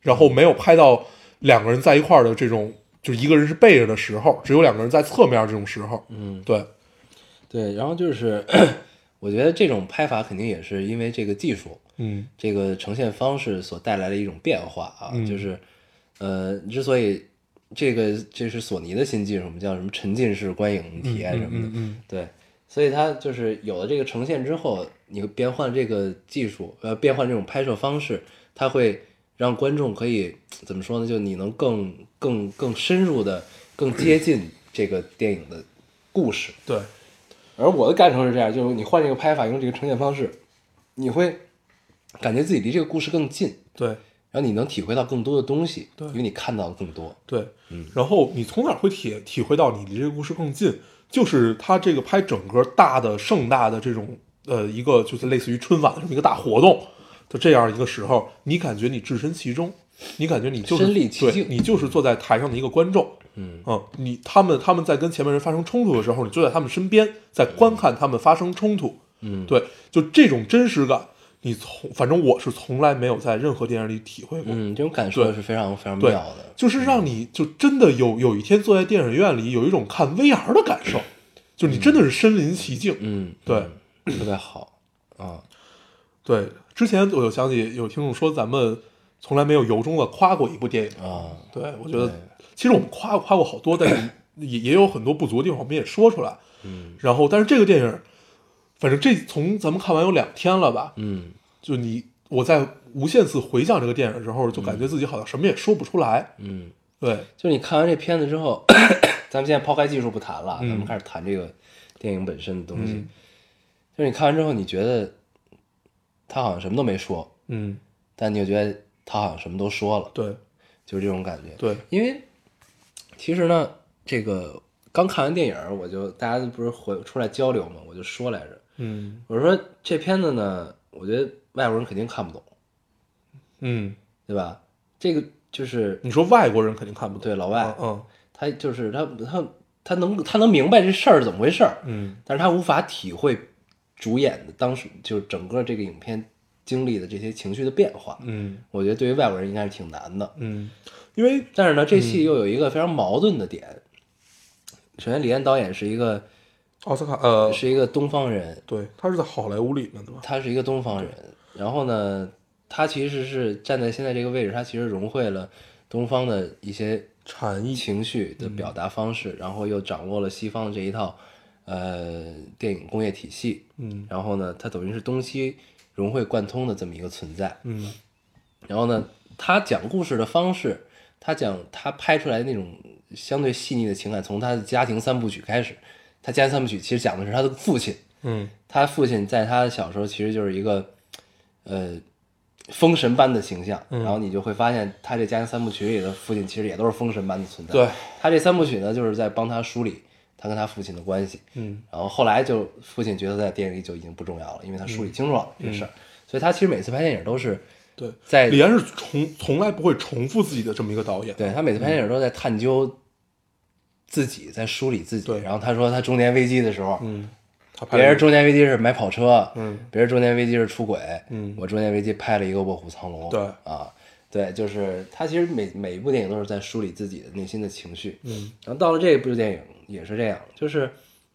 S2: 然后没有拍到两个人在一块儿的这种，就一个人是背着的时候，只有两个人在侧面这种时候。对，
S1: 对，然后就是我觉得这种拍法肯定也是因为这个技术，这个呈现方式所带来的一种变化啊，就是之所以这是索尼的新技术，我们叫什么沉浸式观影体验什么的，对，所以它就是有了这个呈现之后，你变换这个技术，变换这种拍摄方式，它会让观众可以怎么说呢？就你能更深入的、更接近这个电影的故事。
S2: 对。
S1: 而我的感受是这样，就是你换这个拍法，用这个呈现方式，你会感觉自己离这个故事更近。
S2: 对。
S1: 然后你能体会到更多的东西，
S2: 对，
S1: 因为你看到的更多。
S2: 对，然后你从哪儿会体会到你离这个故事更近？就是他这个拍整个大的盛大的这种一个就是类似于春晚的这么一个大活动的这样一个时候，你感觉你置身其中，你感觉你就是
S1: 身临其境，
S2: 你就是坐在台上的一个观众。他们在跟前面人发生冲突的时候，你就在他们身边，在观看他们发生冲突。对，就这种真实感。反正我是从来没有在任何电影里体会过，
S1: 这种感受是非常非常妙的，
S2: 就是让你就真的有一天坐在电影院里，有一种看 VR 的感受，就你真的是身临其境，对，
S1: 特别好啊。
S2: 对，之前我就想起有听众说咱们从来没有由衷的夸过一部电影
S1: 啊，
S2: 对，我觉得其实我们夸过好多，但是也有很多不足的地方，我们也说出来，然后但是这个电影。反正从咱们看完有2天了吧，就我在无限次回想这个电影的时候，就感觉自己好像什么也说不出来，对，
S1: 就你看完这片子之后，咱们现在抛开技术不谈了，咱们开始谈这个电影本身的东西，就是你看完之后，你觉得他好像什么都没说，但你又觉得他好像什么都说了，
S2: 对，
S1: 就是这种感觉，
S2: 对，
S1: 因为其实呢，这个刚看完电影，大家不是出来交流嘛，我就说来着。我说这片子呢，我觉得外国人肯定看不懂，对吧？这个就是
S2: 你说外国人肯定看不懂，
S1: 对，老外，他就是他能明白这事儿是怎么回事儿，但是他无法体会主演的当时就整个这个影片经历的这些情绪的变化，我觉得对于外国人应该是挺难的，
S2: 因为
S1: 但是呢，这戏又有一个非常矛盾的点，首先李安导演是一个。
S2: 奥斯卡
S1: 是一个东方人，
S2: 对，他是在好莱坞里面的吧？
S1: 他是一个东方人，然后呢，他其实是站在现在这个位置，他其实融汇了东方的一些
S2: 禅意、
S1: 情绪的表达方式，然后又掌握了西方的这一套电影工业体系，然后呢，他等于是东西融会贯通的这么一个存在，然后呢，他讲故事的方式，他拍出来的那种相对细腻的情感，从他的家庭3部曲开始。他家庭3部曲其实讲的是他的父亲，他父亲在他小时候其实就是一个，封神般的形象，然后你就会发现他这家庭3部曲里的父亲其实也都是封神般的存在。
S2: 对，
S1: 他这3部曲呢，就是在帮他梳理他跟他父亲的关系，然后后来就父亲角色在电影里就已经不重要了，因为他梳理清楚了这个事儿，所以他其实每次拍电影都是
S2: 对，
S1: 在
S2: 李安是从来不会重复自己的这么一个导演，
S1: 对他每次拍电影都在探究。自己在梳理自己，然后他说他中年危机的时候，别人中年危机是买跑车，别人中年危机是出轨，我中年危机拍了一个卧虎藏龙，
S2: 对
S1: 啊，对，就是他其实每一部电影都是在梳理自己的内心的情绪，然后到了这一部电影也是这样，就是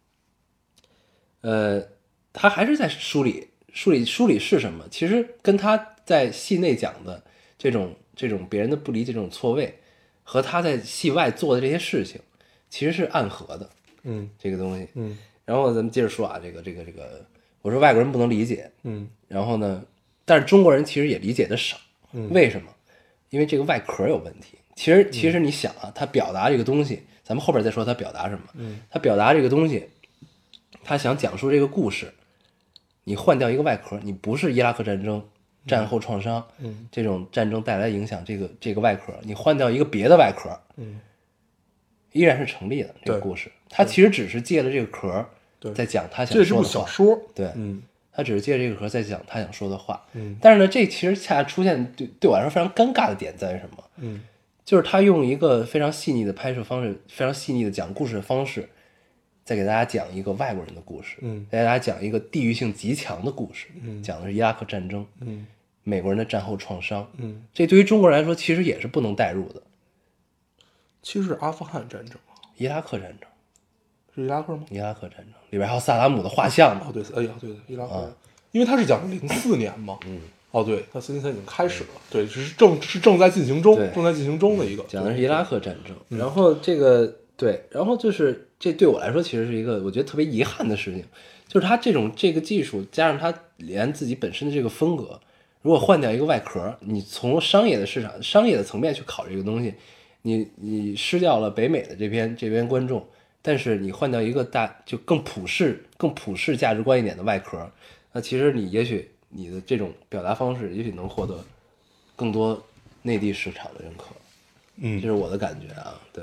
S1: 他还是在梳理是什么，其实跟他在戏内讲的这种别人的不理解这种错位，和他在戏外做的这些事情。其实是暗合的，这个东西，然后咱们接着说啊，这个，我说外国人不能理解，然后呢，但是中国人其实也理解的少，为什么？因为这个外壳有问题。其实你想啊，他表达这个东西，咱们后边再说他表达什么，他表达这个东西，他想讲述这个故事，你换掉一个外壳，你不是伊拉克战争、战后创伤，这种战争带来的影响，这个外壳，你换掉一个别的外壳，依然是成立的这个故事，他其实只是借了这个壳，在讲他想说的话。这
S2: 是部小说，
S1: 对，他只是借这个壳在讲他想说的话。但是呢，这其实恰恰出现对我来说非常尴尬的点在于什么？就是他用一个非常细腻的拍摄方式，非常细腻的讲故事的方式，在给大家讲一个外国人的故事，在给大家讲一个地域性极强的故事，讲的是伊拉克战争。 美国人的战后创伤。这对于中国人来说其实也是不能代入的。
S2: 其实是阿富汗战争，
S1: 伊拉克战争
S2: 是伊拉克吗？
S1: 伊拉克战争里边还有萨达姆的画像嘛？
S2: 哦，对，哎呀，对的，伊拉克，因为他是讲04年嘛。哦，对，他斯金森已经开始了，对，是正在进行中，正在进行中的一个，
S1: 讲的是伊拉克战争。然后这个对，然后就是这对我来说其实是一个我觉得特别遗憾的事情，就是他这个技术加上他连自己本身的这个风格，如果换掉一个外壳，你从商业的市场、商业的层面去考虑这个东西，你失掉了北美的这边观众，但是你换掉一个就更普世价值观一点的外壳，那其实也许你的这种表达方式也许能获得更多内地市场的认可。这是我的感觉啊。对，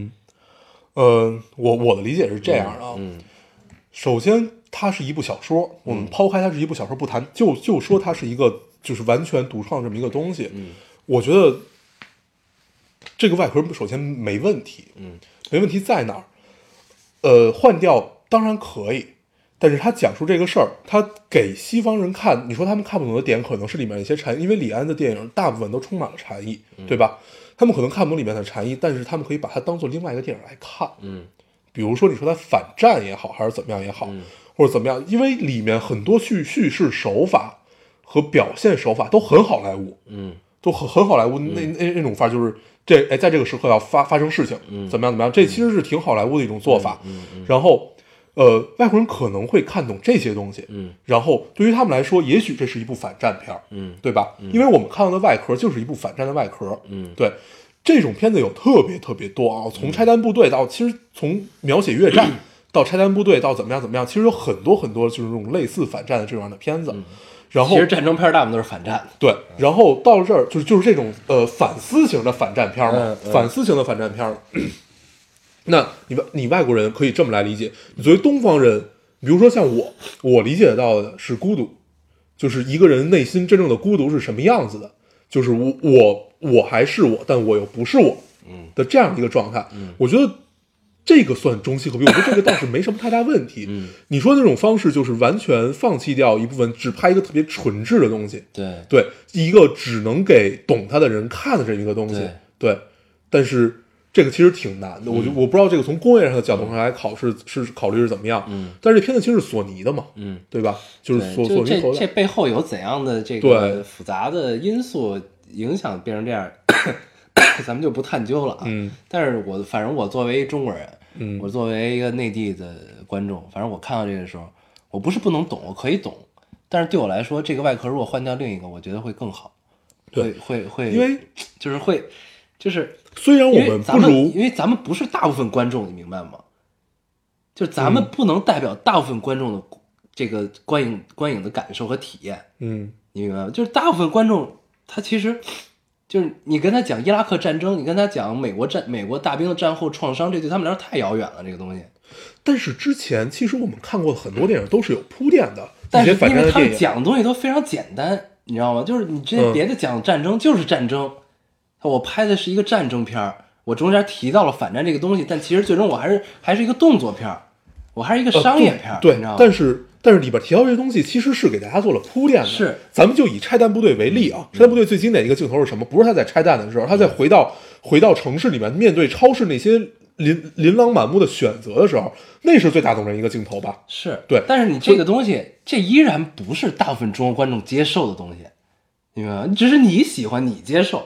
S2: 我的理解是这样的啊。首先它是一部小说，我们抛开它是一部小说不谈，就说它是一个就是完全独创这么一个东西。我觉得这个外壳首先没问题。没问题在哪儿？换掉当然可以，但是他讲述这个事儿，他给西方人看，你说他们看不懂的点可能是里面一些禅意，因为李安的电影大部分都充满了禅意，对吧？他们可能看不懂里面的禅意，但是他们可以把它当做另外一个电影来看。比如说你说它反战也好，还是怎么样也好，或者怎么样，因为里面很多叙事手法和表现手法都很好莱坞，都很好莱坞那种范儿，就是在这个时刻要发生事情，怎么样，这其实是挺好莱坞的一种做法。然后外国人可能会看懂这些东西，然后对于他们来说，也许这是一部反战片，对吧？因为我们看到的外壳就是一部反战的外壳，对。这种片子有特别多啊，从拆弹部队到其实从描写越战到拆弹部队到怎么样，其实有很多就是这种类似反战的这样的片子。然后
S1: 其实战争片大部分都是反战，
S2: 对。然后到了这儿就是这种反思型的反战片嘛，反思型的反战片。那你外国人可以这么来理解，你作为东方人，比如说像我理解到的是孤独，就是一个人内心真正的孤独是什么样子的，就是我还是我，但我又不是我的这样一个状态。我觉得这个算中西合璧，我觉得这个倒是没什么太大问题。你说那种方式就是完全放弃掉一部分，只拍一个特别纯质的东西，对，一个只能给懂他的人看的这么一个东西，对。但是这个其实挺难的，我不知道这个从工业上的角度上来考虑是怎么样。但是这片子其实是索尼的嘛，对吧？就是索尼投的。
S1: 这背后有怎样的这个复杂的因素影响变成这样，咱们就不探究了啊。但是反正我作为中国人，我作为一个内地的观众，反正我看到这个时候，我不是不能懂，我可以懂，但是对我来说，这个外壳如果换掉另一个，我觉得会更好。会，
S2: 因为
S1: 就是
S2: 虽然我们不如，
S1: 因为咱们不是大部分观众，你明白吗？就咱们不能代表大部分观众的这个观影的感受和体验。你明白吗？就是大部分观众他其实就是你跟他讲伊拉克战争，你跟他讲美国大兵的战后创伤，这对他们来说太遥远了，这个东西。
S2: 但是之前其实我们看过的很多电影都是有铺垫的，
S1: 但是因为他们讲的东西都非常简单，你知道吗？就是你这些别的讲战争就是战争，我拍的是一个战争片，我中间提到了反战这个东西，但其实最终我还是一个动作片，我还是一个商业片，
S2: 对，
S1: 你知道吗？
S2: 但是里边提到这些东西其实是给大家做了铺垫的。
S1: 是，
S2: 咱们就以拆弹部队为例啊，拆弹部队最经典的一个镜头是什么？不是他在拆弹的时候，他在回到城市里面，面对超市那些琳琅满目的选择的时候，那是最打动人一个镜头吧？
S1: 是，
S2: 对。
S1: 但是你这个东西，这依然不是大部分中国观众接受的东西，明白吗？只是你喜欢，你接受。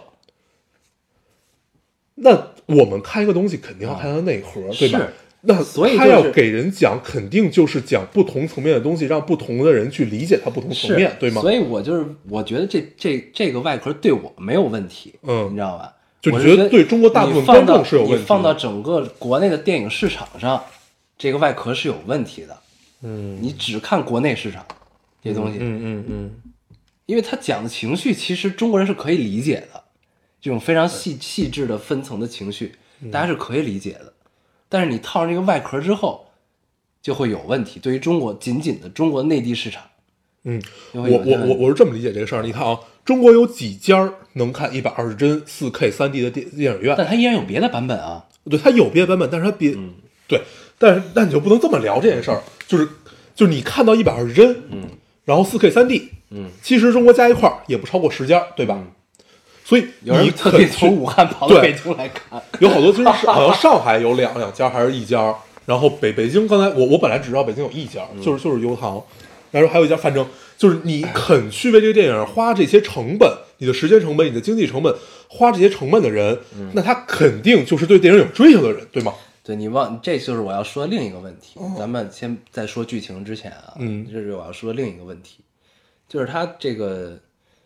S2: 那我们看一个东西，肯定要看它的内核，对吧？
S1: 是。
S2: 那
S1: 所以
S2: 他要给人讲，肯定就是讲不同层面的东西，让不同的人去理解它不同层面，对吗？
S1: 所以我觉得这个外壳对我没有问题，你知道吧？
S2: 就你觉得对中国大部分观众是有问题的，
S1: 你放到整个国内的电影市场上，这个外壳是有问题的。你只看国内市场这些东西，因为他讲的情绪，其实中国人是可以理解的，这种非常细致的分层的情绪，大家是可以理解的。但是你套上这个外壳之后，就会有问题。对于仅仅的中国内地市场，
S2: 我是这么理解这个事儿。你看啊，中国有几家能看120帧4K 3D 的电影院？
S1: 但它依然有别的版本啊。
S2: 对，它有别的版本，但是它对，但你就不能这么聊这件事儿。就是你看到120帧，然后4K 3D， 其实中国加一块儿也不超过10家，对吧？所以
S1: 有人特地从武汉跑到北京来看，
S2: 有好多就是好像上海有两家还是一家，然后北京刚才我本来只知道北京有一家，就是优唐，然后还有一家，反正就是你肯去为这个电影花这些成本，你的时间成本、你的经济成本，花这些成本的人，那他肯定就是对电影有追求的人，对吗？
S1: 对，这就是我要说的另一个问题。咱们先在说剧情之前啊，这是我要说的另一个问题，就是他这个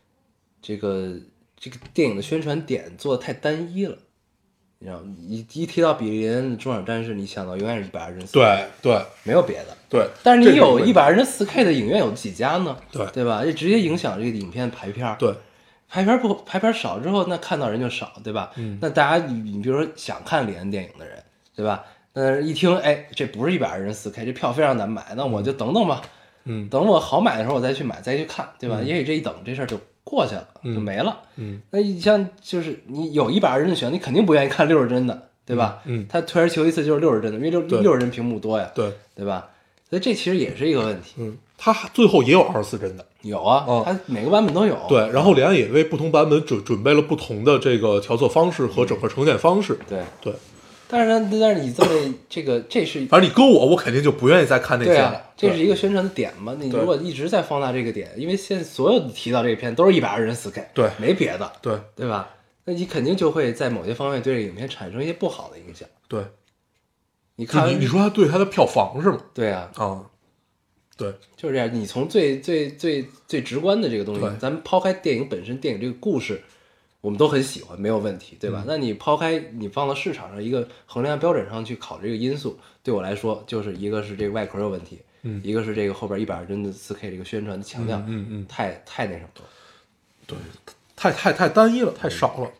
S1: 电影的宣传点做的太单一了。你知道，一提到比利林中场战士，你想到永远是120帧4K，
S2: 对，
S1: 没有别的。
S2: 对，
S1: 但是你有120帧4K的影院有几家呢？
S2: 对
S1: 吧？这直接影响这个影片排片。
S2: 对，
S1: 排片少之后，那看到人就少，对吧？那大家你比如说想看李安电影的人，对吧？一听，哎，这不是120帧4K，这票非常难买，那我就等等吧。等我好买的时候我再去买，再去看，对吧？也许这一等这事儿就过去了，就没了。那你像就是你有120帧的选择，你肯定不愿意看60帧的，对吧？他退而求其次就是60帧的，因为60帧屏幕多呀，对吧？所以这其实也是一个问题。
S2: 他最后也有24帧的，
S1: 有啊，他每个版本都有。
S2: 对，然后李安也为不同版本准备了不同的这个调色方式和整个呈现方式。对。但是
S1: 你这么这是，
S2: 反正你搁我肯定就不愿意再看那些了。
S1: 啊，这是一个宣传的点嘛？你如果一直在放大这个点，因为现在所有的提到这个片都是120帧4K，
S2: 对，
S1: 没别的，
S2: 对
S1: 吧？那你肯定就会在某些方面对这个影片产生一些不好的影响。
S2: 对，
S1: 你看，
S2: 你说他对他的票房是吗？
S1: 对啊，
S2: 对，
S1: 就是这样。你从最直观的这个东西，咱们抛开电影本身，电影这个故事。我们都很喜欢，没有问题，对吧？那你抛开你放到市场上一个衡量标准上去考虑这个因素，对我来说，就是一个是这个外壳有问题，一个是这个后边120帧的4K 这个宣传的强调，太那什么了，
S2: 对，太单一了，太少了。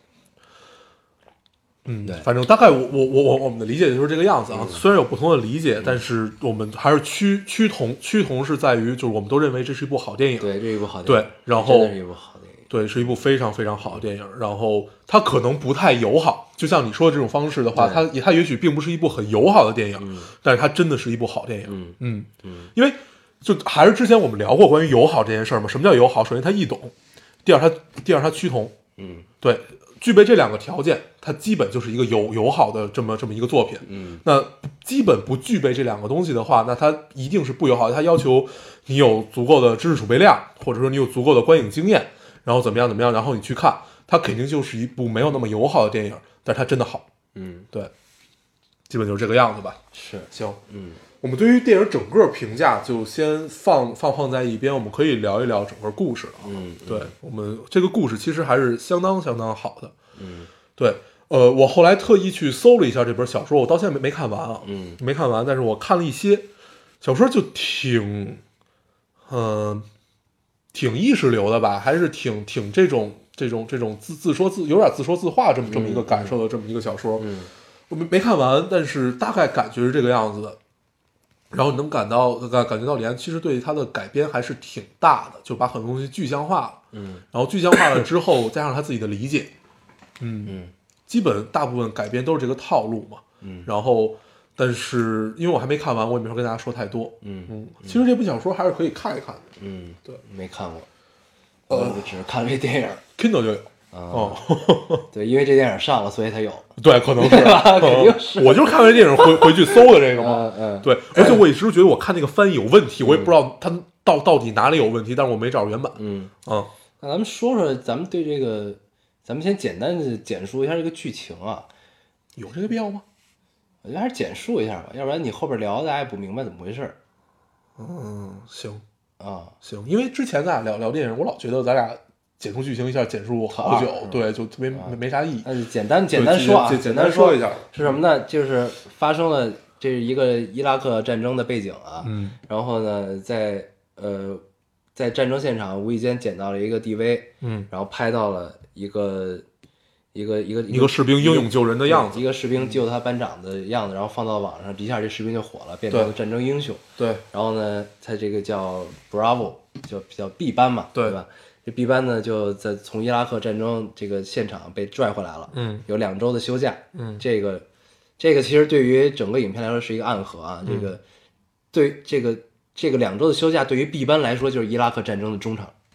S1: 对，
S2: 反正大概我们的理解就是这个样子啊。虽然有不同的理解，但是我们还是趋同是在于，就是我们都认为这是一部好电影，
S1: 对，这是一部好电影，
S2: 对，然后
S1: 真的是一部好电影。
S2: 对，是一部非常非常好的电影。然后它可能不太友好，就像你说的这种方式的话，它也许并不是一部很友好的电影，但是它真的是一部好电影。因为就还是之前我们聊过关于友好这件事嘛。什么叫友好？首先它易懂，第二它趋同。对，具备这2个条件，它基本就是一个友好的这么一个作品。那基本不具备这2个东西的话，那它一定是不友好的。它要求你有足够的知识储备量，或者说你有足够的观影经验。然后怎么样，然后你去看，它肯定就是一部没有那么友好的电影，但是它真的好。对，基本就是这个样子吧。
S1: 是，
S2: 行，我们对于电影整个评价就先放在一边，我们可以聊一聊整个故事了。对，我们这个故事其实还是相当好的。对，我后来特意去搜了一下这本小说，我到现在没看完啊。没看完，但是我看了一些小说，就挺意识流的吧，还是挺这种有点自说自话这么一个感受的这么一个小说。我没看完，但是大概感觉是这个样子的。然后能感觉到李安其实对他的改编还是挺大的，就把很多东西具象化了。然后具象化了之后，加上他自己的理解，基本大部分改编都是这个套路嘛。然后但是因为我还没看完，我也没法跟大家说太多。其实这部小说还是可以看一看的。对，
S1: 没看过，我只是看了这电影
S2: ，Kindle 就有。
S1: 对，因为这电影上了，所以它有。
S2: 对，可能是，
S1: 肯定是。
S2: 我就是看完这电影回去搜的这个嘛。对，而且我一直觉得我看那个翻译有问题，我也不知道它到底哪里有问题，但是我没找原版。
S1: 那咱们说说，咱们对这个，咱们先简单的简述一下这个剧情啊，
S2: 有这个必要吗？
S1: 我觉得还是简述一下吧，要不然你后边聊大家也不明白怎么回事。
S2: 行
S1: 啊，
S2: 行，因为之前咱俩聊电影，我老觉得咱俩简述剧情一下，简述好久，对，就特别没啥意义。
S1: 那就简单说啊，
S2: 简单说一下
S1: 是什么呢？就是发生了这是一个伊拉克战争的背景啊，然后呢，在战争现场无意间捡到了一个 DV，然后拍到了一个
S2: 士兵英勇救人的样子，
S1: 一个士兵救他班长的样子，然后放到网上，一下这士兵就火了，变成了战争英雄。
S2: 对，
S1: 然后呢，他这个叫 Bravo， 叫 B 班嘛，对吧？这 B 班呢，就从伊拉克战争这个现场被拽回来了，有2周的休假，这个其实对于整个影片来说是一个暗合啊，这个2周的休假对于 B 班来说就是伊拉克战争的中场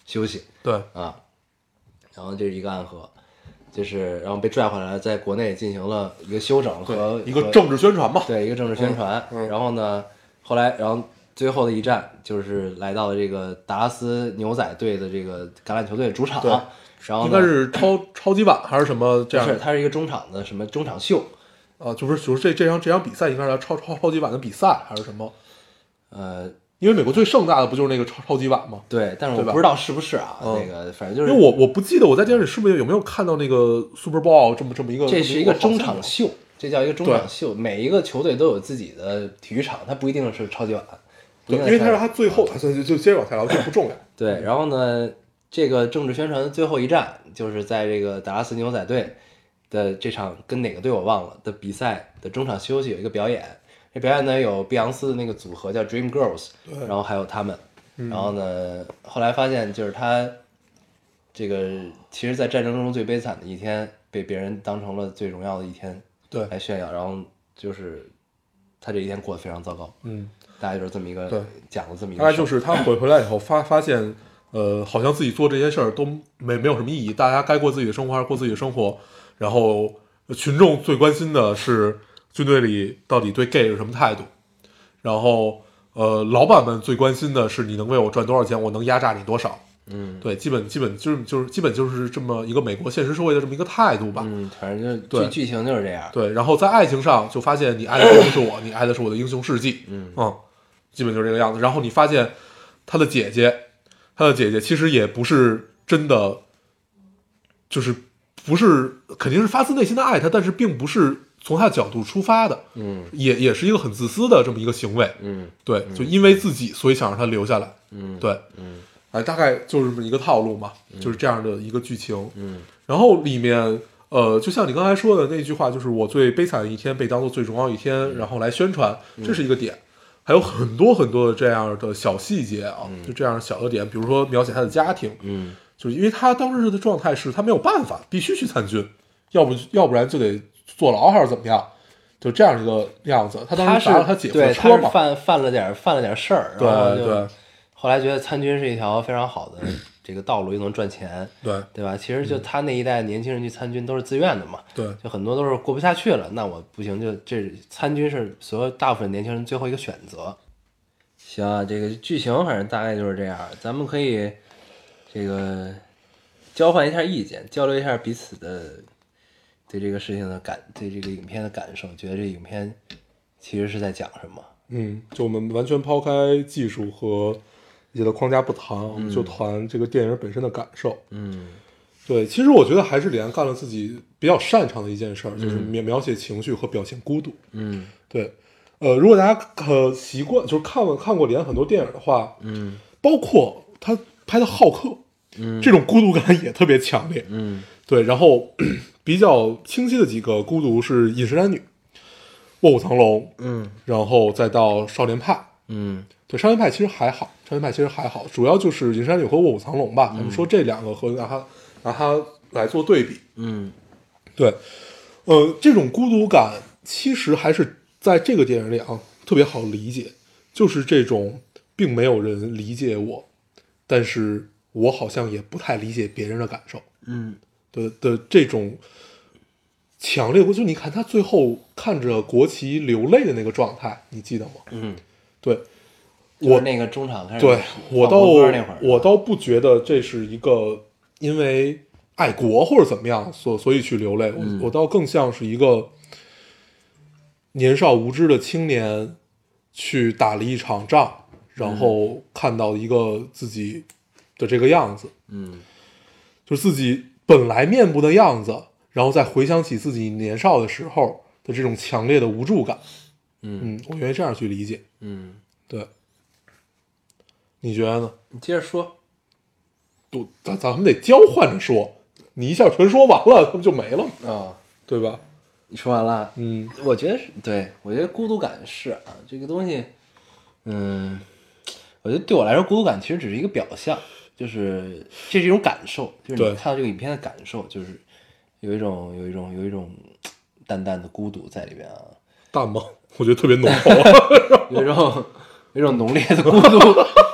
S1: 休息。
S2: 对
S1: 啊，然后这是一个暗河，就是然后被拽回来，在国内进行了一个休整和
S2: 一个政治宣传嘛，
S1: 对，一个政治宣传。然后呢，后来然后最后的一站就是来到了这个达拉斯牛仔队的这个橄榄球队主场，然后
S2: 应该是超级碗还是什么这样？
S1: 不是，它是一个中场的什么中场秀。
S2: 就是这场比赛应该是超级碗的比赛还是什么？因为美国最盛大的不就是那个超级碗吗？
S1: 对，但是我不知道是不是啊，那个反正就是
S2: 因为我不记得我在电视里是不是有没有看到那个 Super Bowl 这么一个，
S1: 这是一个中场秀，这叫一个中场秀。每一个球队都有自己的体育场，它不一定是超级碗。
S2: 对，因为它是他最后，就接着往下聊，这不重要。
S1: 对，然后呢，这个政治宣传的最后一站就是在这个达拉斯牛仔队的这场跟哪个队我忘了的比赛的中场休息有一个表演。这表演呢有碧昂斯的那个组合叫 Dream Girls， 然后还有他们。然后呢，后来发现就是他这个其实，在战争中最悲惨的一天，被别人当成了最荣耀的一天，
S2: 对，
S1: 来炫耀。然后就是他这一天过得非常糟糕。大概就是这么一个讲了这么一个。
S2: 大概就是他回来以后发现，好像自己做这些事儿都没有什么意义，大家该过自己的生活还是过自己的生活。然后群众最关心的是军队里到底对 gay 是什么态度，然后老板们最关心的是你能为我赚多少钱，我能压榨你多少。对，基本就是这么一个美国现实社会的这么一个态度吧。
S1: 反正就剧情就是这样。
S2: 对，然后在爱情上就发现你爱的不是我，你爱的是我的英雄事迹。基本就是这个样子。然后你发现他的姐姐其实也不是真的，就是不是肯定是发自内心的爱他，但是并不是从他的角度出发的。也是一个很自私的这么一个行为。对，就因为自己所以想让他留下来。对，大概就是这么一个套路嘛，就是这样的一个剧情。然后里面就像你刚才说的那句话，就是我最悲惨的一天被当做最荣耀一天，然后来宣传，这是一个点。还有很多很多的这样的小细节啊，就这样小的点，比如说描写他的家庭，就是因为他当时的状态是他没有办法，必须去参军，要不然就得坐牢还是怎么样，就这样一个样子。他当时砸了他姐夫的车嘛，
S1: 犯了点事儿，
S2: 对
S1: 然后
S2: 对，
S1: 后来觉得参军是一条非常好的这个道路，又能赚钱，对吧？其实就他那一代年轻人去参军都是自愿的嘛，
S2: 对，
S1: 就很多都是过不下去了，那我不行，就这参军是所有大部分年轻人最后一个选择。行啊，这个剧情反正大概就是这样，咱们可以这个交换一下意见，交流一下彼此的对这个事情的对这个影片的感受，觉得这影片其实是在讲什么。
S2: 就我们完全抛开技术和一些的框架不谈，我们就谈这个电影本身的感受。对，其实我觉得还是李安干了自己比较擅长的一件事儿，就是描写情绪和表现孤独。对，如果大家习惯就是看过李安很多电影的话，包括他拍的《浩克》，这种孤独感也特别强烈。对，然后比较清晰的几个孤独是《饮食男女》、《卧虎藏龙》，然后再到《少年派》。对，《少年派》其实还好，主要就是《饮食男女》和《卧虎藏龙》吧。咱们说这两个和拿它来做对比。对，这种孤独感其实还是在这个电影里啊特别好理解，就是这种并没有人理解我，但是我好像也不太理解别人的感受。的这种强烈，就你看他最后看着国旗流泪的那个状态，你记得吗？对，
S1: 我那个中场开始
S2: 对我倒不觉得这是一个因为爱国或者怎么样所以去流泪，我倒更像是一个年少无知的青年去打了一场仗，然后看到一个自己的这个样子，就是自己本来面部的样子，然后再回想起自己年少的时候的这种强烈的无助感。我愿意这样去理解。对，你觉得呢？
S1: 你接着说。
S2: 咱们得交换着说，你一下全说完了，他们就没了啊，对吧？
S1: 你说完了。我觉得是对，我觉得孤独感是啊，这个东西，我觉得对我来说，孤独感其实只是一个表象，就是这是一种感受，就是你看到这个影片的感受，就是有一种淡淡的孤独在里边啊。
S2: 淡吗？我觉得特别浓厚，
S1: 有一种浓烈的孤独。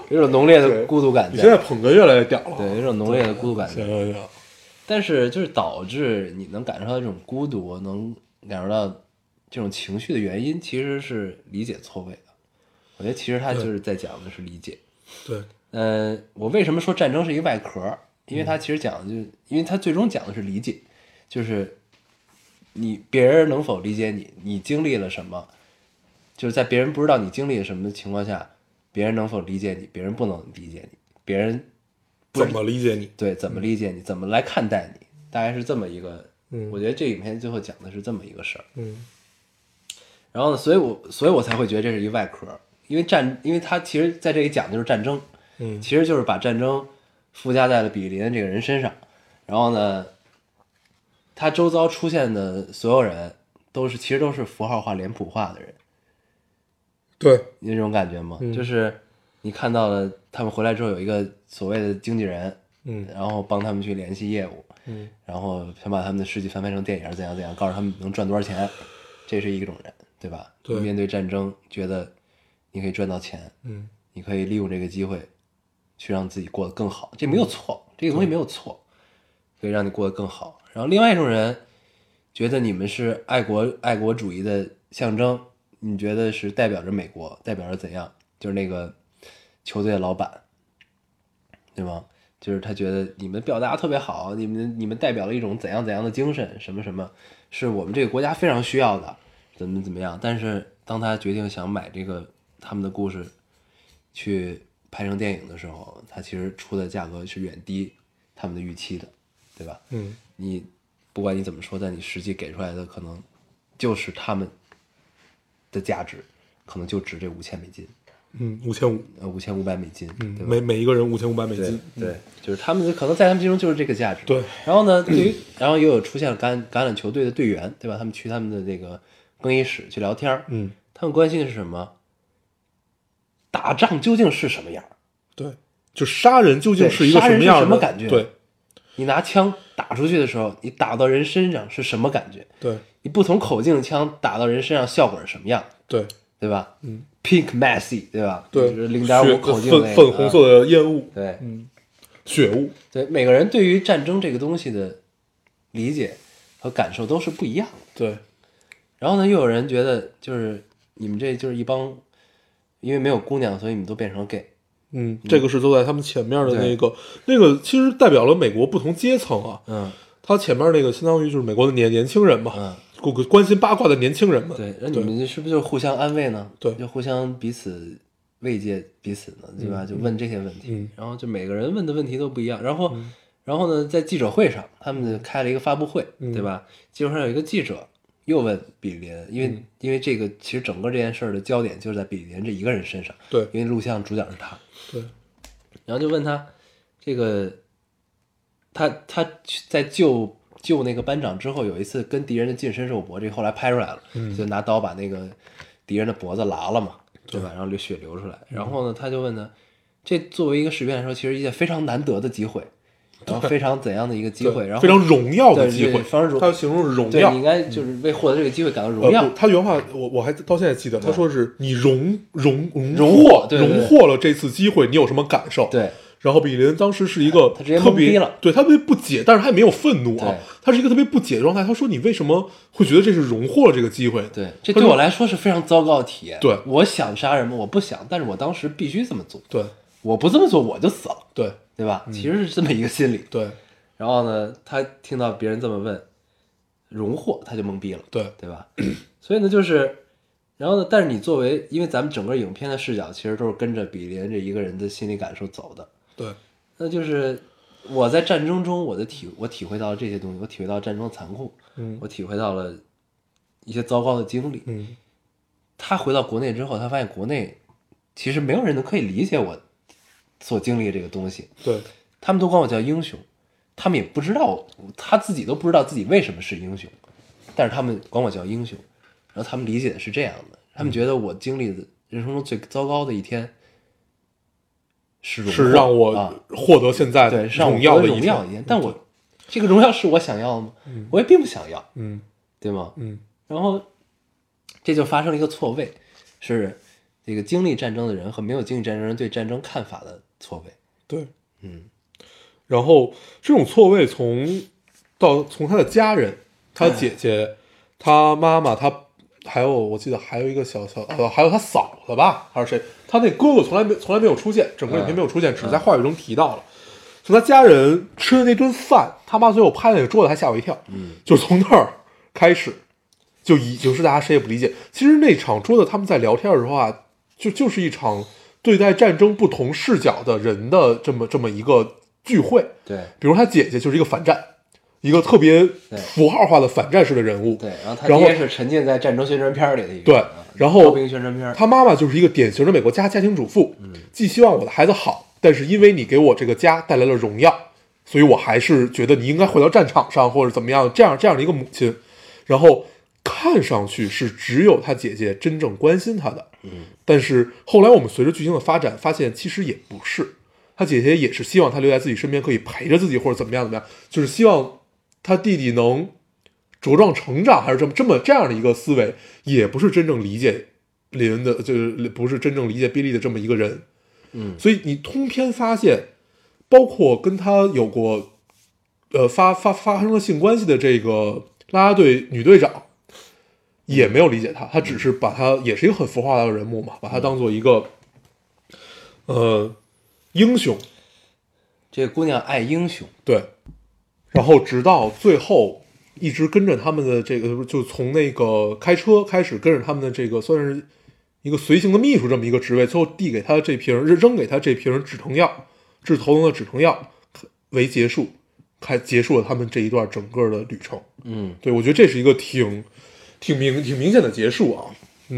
S1: 有种浓烈的孤独感。
S2: 你现在捧哏越来越屌了。
S1: 对，有种浓烈的孤独感。
S2: 行。
S1: 但是就是导致你能感受到这种孤独，能感受到这种情绪的原因，其实是理解错位的。我觉得其实他就是在讲的是理解。
S2: 对。
S1: 我为什么说战争是一个外壳？因为他其实讲的因为他最终讲的是理解，就是别人能否理解你经历了什么，就是在别人不知道你经历了什么的情况下，别人能否理解你，别人不能理解你，别人
S2: 怎么理解你？对，
S1: 怎么理解你，怎么来看待你，大概是这么一个。我觉得这影片最后讲的是这么一个事儿。然后呢，所以我才会觉得这是一个外壳，因为他其实在这里讲的就是战争。其实就是把战争附加在了比利林这个人身上，然后呢，他周遭出现的所有人其实都是符号化、脸谱化的人。
S2: 对，
S1: 你那种感觉吗？就是你看到了他们回来之后有一个所谓的经纪人，然后帮他们去联系业务，然后想把他们的事迹翻拍成电影，怎样怎样，告诉他们能赚多少钱，这是一种人，对吧？
S2: 对，
S1: 面对战争，觉得你可以赚到钱，你可以利用这个机会去让自己过得更好，这没有错，这个东西没有错，可以让你过得更好。然后另外一种人觉得你们是爱国主义的象征，你觉得是代表着美国，代表着怎样，就是那个球队的老板，对吗？就是他觉得你们表达特别好，你们代表了一种怎样怎样的精神，什么什么是我们这个国家非常需要的，怎么样。但是当他决定想买这个他们的故事去拍成电影的时候，他其实出的价格是远低他们的预期的，对吧？你不管你怎么说，但你实际给出来的可能就是他们的价值，可能就值这$5000。5500美金，
S2: 每一个人$5500美金，
S1: 对，就是他们可能在他们心中就是这个价值。
S2: 对，
S1: 然后呢，然后又有出现了橄榄球队的队员，对吧？他们去他们的那个更衣室去聊天，他们关心的是什么？打仗究竟是什么样？
S2: 对，就杀人究竟是一个什么样的
S1: 什么感觉？
S2: 对，
S1: 你拿枪打出去的时候，你打到人身上是什么感觉？
S2: 对，
S1: 你不同口径的枪打到人身上效果是什么样？
S2: 对，
S1: 对吧？Pink Massey， 对吧？
S2: 对，
S1: 就是0.5口径那个
S2: 粉红色的烟雾，
S1: 对，
S2: 血雾。
S1: 对，每个人对于战争这个东西的理解和感受都是不一样的。
S2: 对，
S1: 然后呢，又有人觉得就是你们这就是一帮，因为没有姑娘，所以你们都变成了 gay。
S2: 这个是走在他们前面的那个，其实代表了美国不同阶层啊。他前面那个相当于就是美国的年轻人嘛，关心八卦的年轻人们。
S1: 对，那你们是不是就互相安慰呢？
S2: 对，
S1: 就互相彼此慰藉彼此呢，对吧？就问这些问题，然后就每个人问的问题都不一样。然后呢，在记者会上，他们开了一个发布会，对吧？记者会上有一个记者又问比利林，因为这个其实整个这件事的焦点就是在比利林这一个人身上。
S2: 对，
S1: 因为录像主角是他。
S2: 对，
S1: 然后就问他这个。他在救那个班长之后，有一次跟敌人的近身肉搏，这个后来拍出来了，就拿刀把那个敌人的脖子拉了嘛，对吧？然后血流出来。然后呢，他就问他，这作为一个士兵来说，其实一件非常难得的机会，然后非常怎样的一个机会，然后
S2: 非常荣耀的机会，他形容是荣耀，
S1: 你应该就是为获得这个机会感到荣耀。
S2: 他原话我还到现在记得，他说是你荣获了这次机会，你有什么感受？
S1: 对。
S2: 然后比利林当时是一个特别对他特别不解，但是他也没有愤怒啊，他是一个特别不解的状态。他说：“你为什么会觉得这是荣获了这个机会？”
S1: 对，这对我来说是非常糟糕的体验。
S2: 对，
S1: 我想杀人吗？我不想，但是我当时必须这么做。
S2: 对，
S1: 我不这么做我就死了。
S2: 对
S1: 吧？其实是这么一个心理。
S2: 对。
S1: 然后呢，他听到别人这么问，荣获他就懵逼了。对吧？所以呢，就是，然后呢，但是你作为，因为咱们整个影片的视角其实都是跟着比利林这一个人的心理感受走的。
S2: 对，
S1: 那就是我在战争中我体会到了这些东西，我体会到战争的残酷，我体会到了一些糟糕的经历。他回到国内之后，他发现国内其实没有人能可以理解我所经历的这个东西。
S2: 对，
S1: 他们都管我叫英雄，他们也不知道，他自己都不知道自己为什么是英雄，但是他们管我叫英雄，然后他们理解的是这样的，他们觉得我经历的人生中最糟糕的一天。是
S2: 让我获得现在
S1: 的
S2: 荣耀的一
S1: 天，但我这个荣耀是我想要的吗？我也并不想要，对吗？然后这就发生了一个错位，是这个经历战争的人和没有经历战争人对战争看法的错位。
S2: 对，然后这种错位从他的家人，他姐姐，他妈妈，他还有我记得还有一个还有他嫂子吧，还是谁？他那哥哥从来没有出现，整个影片没有出现，只是在话语中提到了。从他家人吃的那顿饭，他妈最后拍那个桌子还吓我一跳。就从那儿开始，就已经是大家谁也不理解。其实那场桌子他们在聊天的时候啊，就是一场对待战争不同视角的人的这么一个聚会。
S1: 对，
S2: 比如他姐姐就是一个反战，一个特别符号化的反战式的人物。
S1: 对，然后他爹是沉浸在战争宣传片里的一个。
S2: 对，然后
S1: 兵宣传片，
S2: 他妈妈就是一个典型的美国家庭主妇，既希望我的孩子好，但是因为你给我这个家带来了荣耀，所以我还是觉得你应该回到战场上或者怎么样，这样的一个母亲。然后看上去是只有他姐姐真正关心他的，但是后来我们随着剧情的发展发现其实也不是，他姐姐也是希望他留在自己身边，可以陪着自己或者怎么样，就是希望他弟弟能茁壮成长，还是这样的一个思维，也不是真正理解林恩的，就是不是真正理解比利的这么一个人。所以你通篇发现，包括跟他有过发生了性关系的这个啦啦队女队长，也没有理解他，他只是把他也是一个很浮夸的人物嘛，把他当做一个英雄。
S1: 这个姑娘爱英雄，
S2: 对，然后直到最后一直跟着他们的这个，就从那个开车开始跟着他们的这个，算是一个随行的秘书这么一个职位，最后递给他这瓶，扔给他这瓶治头疼的止疼药为结束，结束了他们这一段整个的旅程。对，我觉得这是一个挺明显的结束啊。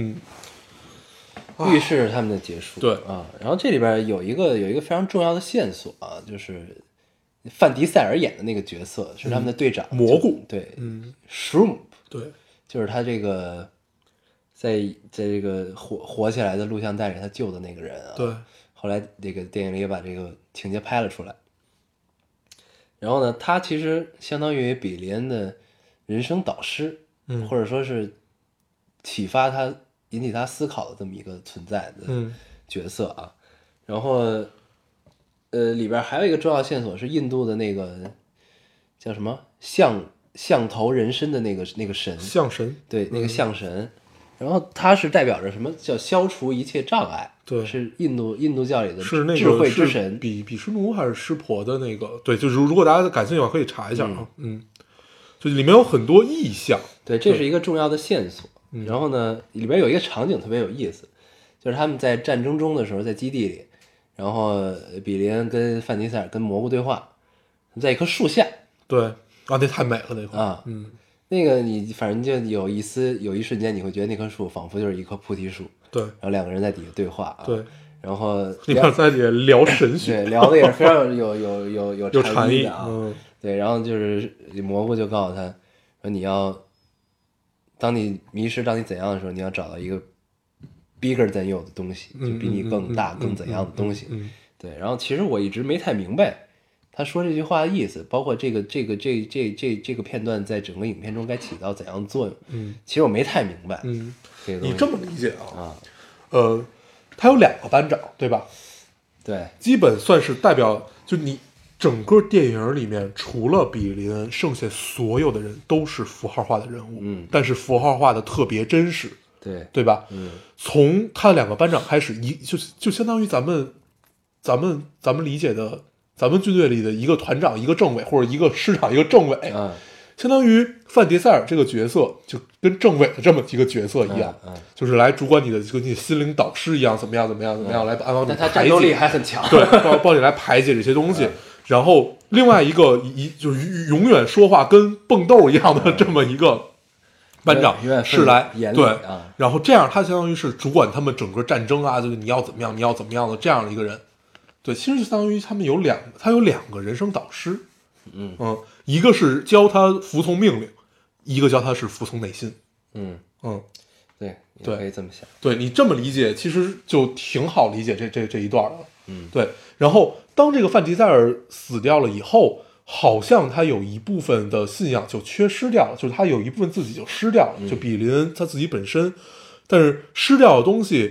S1: 预示他们的结束。
S2: 对
S1: 啊，然后这里边有一个非常重要的线索啊，就是范迪塞尔演的那个角色是他们的队长
S2: 蘑菇。
S1: 对，Shroom。
S2: 对，
S1: 就是他这个在这个火起来的录像带里他救的那个人啊。
S2: 对，
S1: 后来这个电影里也把这个情节拍了出来。然后呢，他其实相当于比利恩的人生导师，或者说是启发他、引起他思考的这么一个存在的角色啊。然后，里边还有一个重要线索是印度的那个叫什么象头人身的那个神，象神，对，那个象神。然后它是代表着什么？叫消除一切障碍。对，是印度教里的智慧之神，
S2: 比湿奴还是湿婆的那个？对，就是如果大家感兴趣的话，可以查一下啊。就里面有很多意象。
S1: 对，这是一个重要的线索。然后呢，里边有一个场景特别有意思，就是他们在战争中的时候，在基地里，然后比利恩跟范迪塞尔跟蘑菇对话，在一棵树下。
S2: 对啊，那太美了那块
S1: 啊，那个你反正就有一瞬间，你会觉得那棵树仿佛就是一棵菩提树。对，然后两个人在底下对话啊。对，然后
S2: 你看在底下聊神学，
S1: 对，聊的也是非常有禅意的啊。对，然后就是蘑菇就告诉他说，你要当你迷失，当你怎样的时候，你要找到一个 bigger than you 的东西，就比你更大、更怎样的东西。对，然后其实我一直没太明白他说这句话的意思，包括这个片段在整个影片中该起到怎样的作用。其实我没太明白。
S2: 你这么理解啊？他有2个班长，对吧？
S1: 对，
S2: 基本算是代表，就你整个电影里面，除了比利恩，剩下所有的人都是符号化的人物。但是符号化的特别真实。对吧？从他2个班长开始，就相当于咱们理解的，咱们军队里的一个团长、一个政委，或者一个师长、一个政委。相当于范迪塞尔这个角色就跟政委的这么一个角色一样，就是来主管你的，就跟你心灵导师一样，怎么样来帮你排解。但
S1: 他战斗力还很强，
S2: 对，帮你来排解这些东西。然后另外一个就是永远说话跟蹦豆一样的这么一个班长是来对，然后这样他相当于是主管他们整个战争啊，就是你要怎么样的这样的一个人。对，其实就相当于他有2个人生导师。一个是教他服从命令，一个教他是服从内心。
S1: 对，可以这么想。
S2: 对，你这么理解，其实就挺好理解这一段了。对。然后当这个范迪塞尔死掉了以后，好像他有一部分的信仰就缺失掉了，就是他有一部分自己就失掉了，就比林恩他自己本身，但是失掉的东西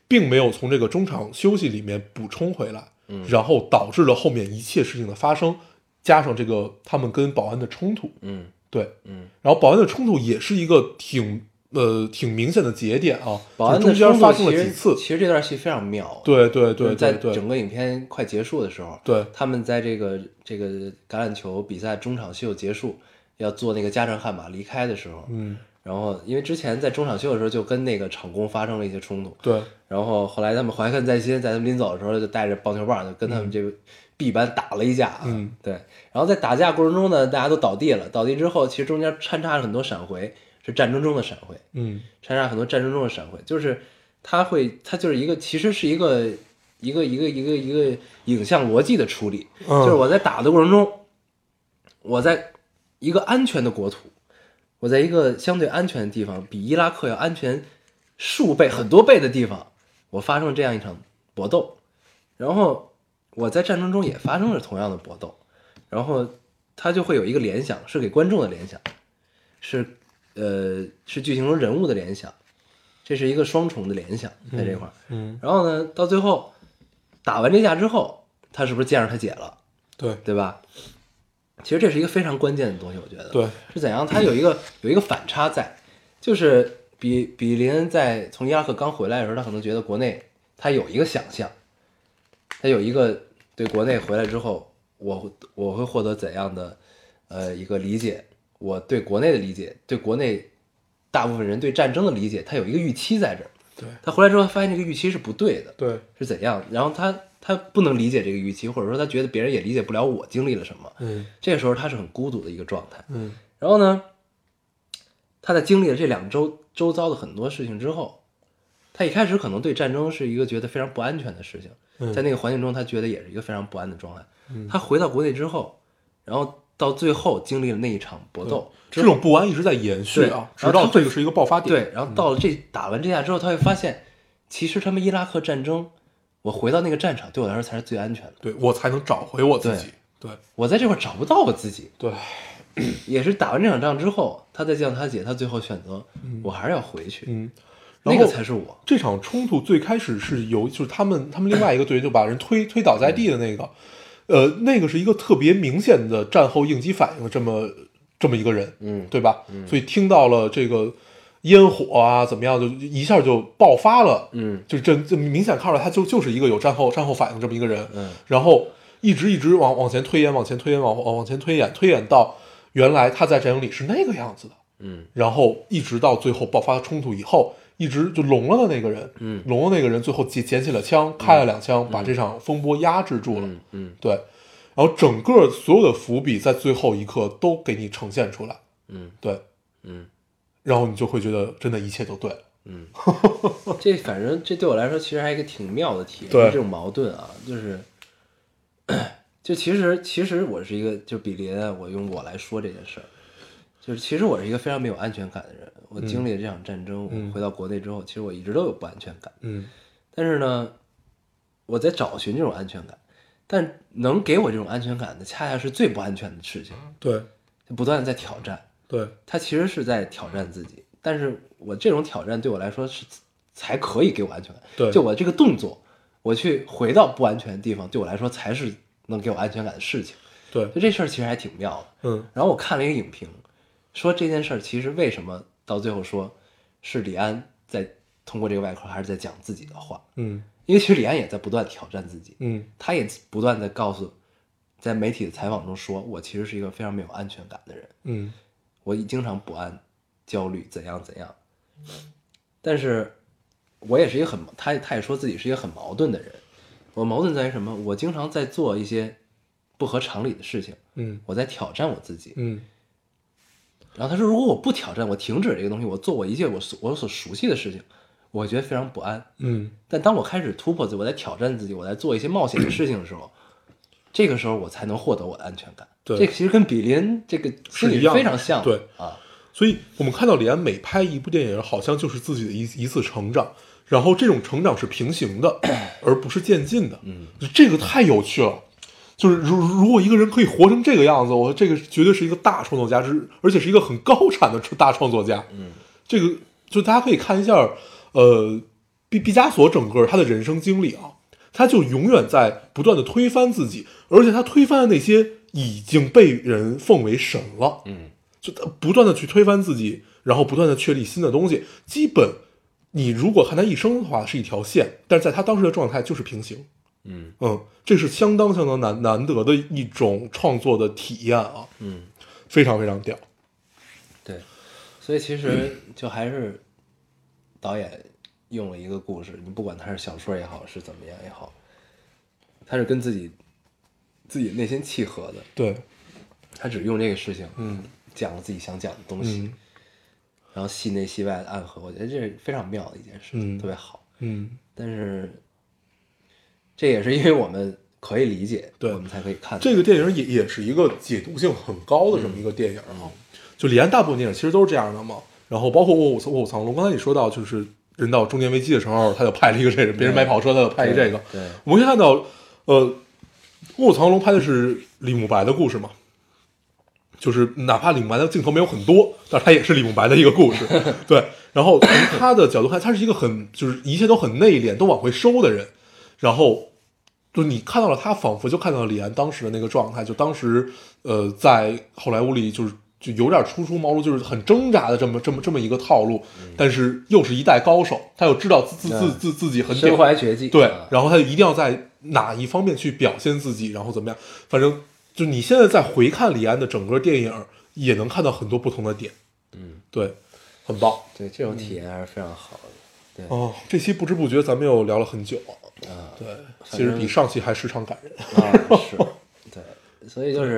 S2: 并没有从这个中场休息里面补充回来，然后导致了后面一切事情的发生，加上这个他们跟保安的冲突，对，然后保安的冲突也是一个挺明显的节点啊，
S1: 保安的
S2: 中间发生了几次，
S1: 其实这段戏非常妙，
S2: 对，
S1: 在整个影片快结束的时候，
S2: 对，
S1: 他们在这个橄榄球比赛中场秀结束，要做那个加长悍马离开的时候，然后因为之前在中场秀的时候就跟那个场工发生了一些冲突，
S2: 对，
S1: 然后后来他们怀恨在心，在他们临走的时候就带着棒球棒就跟他们这个 B 班打了一架，对，然后在打架过程中呢，大家都倒地了，倒地之后其实中间穿插了很多闪回，是战争中的闪回，穿插很多战争中的闪回，就是它就是一个其实是一个影像逻辑的处理，就是我在打的过程中，我在一个安全的国土，我在一个相对安全的地方，比伊拉克要安全数倍很多倍的地方，我发生了这样一场搏斗，然后我在战争中也发生了同样的搏斗，然后它就会有一个联想，是给观众的联想，是剧情中人物的联想，这是一个双重的联想在这块然后呢，到最后打完这架之后，他是不是见着他姐了？对吧？其实这是一个非常关键的东西，我觉得。
S2: 对，
S1: 是怎样？他有一个反差在，就是比林恩在从伊拉克刚回来的时候，他可能觉得国内他有一个想象，他有一个对国内回来之后，我会获得怎样的一个理解，我对国内的理解，对国内大部分人对战争的理解，他有一个预期在这儿。
S2: 对，
S1: 他回来之后发现这个预期是不对的，
S2: 对，
S1: 是怎样？然后他不能理解这个预期，或者说他觉得别人也理解不了我经历了什么。这个时候他是很孤独的一个状态。然后呢，他在经历了这2周周遭的很多事情之后，他一开始可能对战争是一个觉得非常不安全的事情，在那个环境中，他觉得也是一个非常不安的状态。他回到国内之后，然后到最后经历了那一场搏斗，
S2: 这种不安一直在延续啊，直到这个是一个爆发点。
S1: 对，然后到了打完这架之后，他会发现，其实他们伊拉克战争，我回到那个战场对我来说才是最安全的，
S2: 对我才能找回我自己。对，
S1: 我在这块找不到我自己。
S2: 对，
S1: 也是打完这场仗之后，他再见到他姐，他最后选择，我还是要回去。
S2: 然后
S1: 那个才是我。
S2: 这场冲突最开始是就是他们另外一个队员就把人推倒在地的那个。那个是一个特别明显的战后应激反应的这么一个人，对吧？所以听到了这个烟火啊怎么样，就一下就爆发了，就这明显看出来他就是一个有战后反应这么一个人，然后一直往前推演，往前推演到原来他在战营里是那个样子的，然后一直到最后爆发冲突以后。一直就聋了的那个人，聋了那个人最后捡起了枪，开了2枪，把这场风波压制住了。对，然后整个所有的伏笔在最后一刻都给你呈现出来。对，然后你就会觉得真的一切都对了。
S1: 这反正这对我来说其实还是一个挺妙的体验，
S2: 对
S1: 这种矛盾啊，就其实我是一个就比林啊，我用我来说这件事儿。就是其实我是一个非常没有安全感的人，我经历了这场战争，我回到国内之后，其实我一直都有不安全感，但是呢，我在找寻这种安全感，但能给我这种安全感的，恰恰是最不安全的事情，
S2: 对，
S1: 不断的在挑战，
S2: 对，
S1: 他其实是在挑战自己，但是我这种挑战对我来说是才可以给我安全感，
S2: 对，
S1: 就我这个动作，我去回到不安全的地方，对我来说才是能给我安全感的事情，
S2: 对，
S1: 就这事儿其实还挺妙的，然后我看了一个影评。说这件事儿其实为什么到最后说是李安在通过这个外壳还是在讲自己的话，因为其实李安也在不断挑战自己，他也不断的告诉，在媒体的采访中说，我其实是一个非常没有安全感的人，我经常不安、焦虑，怎样，但是我也是一个他也说自己是一个很矛盾的人，我矛盾在于什么？我经常在做一些不合常理的事情，我在挑战我自己，然后他说，如果我不挑战，我停止这个东西，我做我一切我所熟悉的事情，我觉得非常不安。但当我开始突破自己，我在挑战自己，我在做一些冒险的事情的时候，这个时候我才能获得我的安全感。
S2: 对，
S1: 这个其实跟比林这个心理是非常像的。
S2: 对啊，所以我们看到李安每拍一部电影，好像就是自己的一次成长，然后这种成长是平行的，而不是渐进的。这个太有趣了。就是如果一个人可以活成这个样子，我这个绝对是一个大创作家，而且是一个很高产的大创作家。这个就大家可以看一下， 毕加索整个他的人生经历啊，他就永远在不断的推翻自己，而且他推翻的那些已经被人奉为神了，就不断的去推翻自己，然后不断的确立新的东西。基本你如果看他一生的话是一条线，但是在他当时的状态就是平行。这是相当难得的一种创作的体验啊，非常非常屌。
S1: 对，所以其实就还是导演用了一个故事，你不管他是小说也好，是怎么样也好，他是跟自己内心契合的。
S2: 对，
S1: 他只用这个事情，讲了自己想讲的东西，然后戏内戏外的暗合，我觉得这是非常妙的一件事情，特别好。但是这也是因为我们可以理解，
S2: 对，
S1: 我们才可以看
S2: 这个电影也是一个解读性很高的这么一个电影啊。就李安大部分电影其实都是这样的嘛。然后包括卧虎藏龙，刚才你说到就是人到中年危机的时候，他就拍了一个这个，别人买跑车，他就拍一这个。
S1: 对，
S2: 我们可以看到，卧虎藏龙拍的是李慕白的故事嘛。就是哪怕李慕白的镜头没有很多，但是他也是李慕白的一个故事，对。然后从他的角度看，他是一个就是一切都很内敛，都往回收的人。然后就你看到了他，仿佛就看到了李安当时的那个状态，就当时在好莱坞里就有点初出茅庐，就是很挣扎的这么一个套路，但是又是一代高手，他又知道自己很
S1: 身怀绝技，
S2: 对，然后他就一定要在哪一方面去表现自己，然后怎么样，反正就你现在再回看李安的整个电影，也能看到很多不同的点，对，很棒，
S1: 对，这种体验还是非常好的。对
S2: 哦，这期不知不觉咱们又聊了很久
S1: 啊，
S2: 对，其实比上期还时常感人
S1: 啊，是，对，所以就是，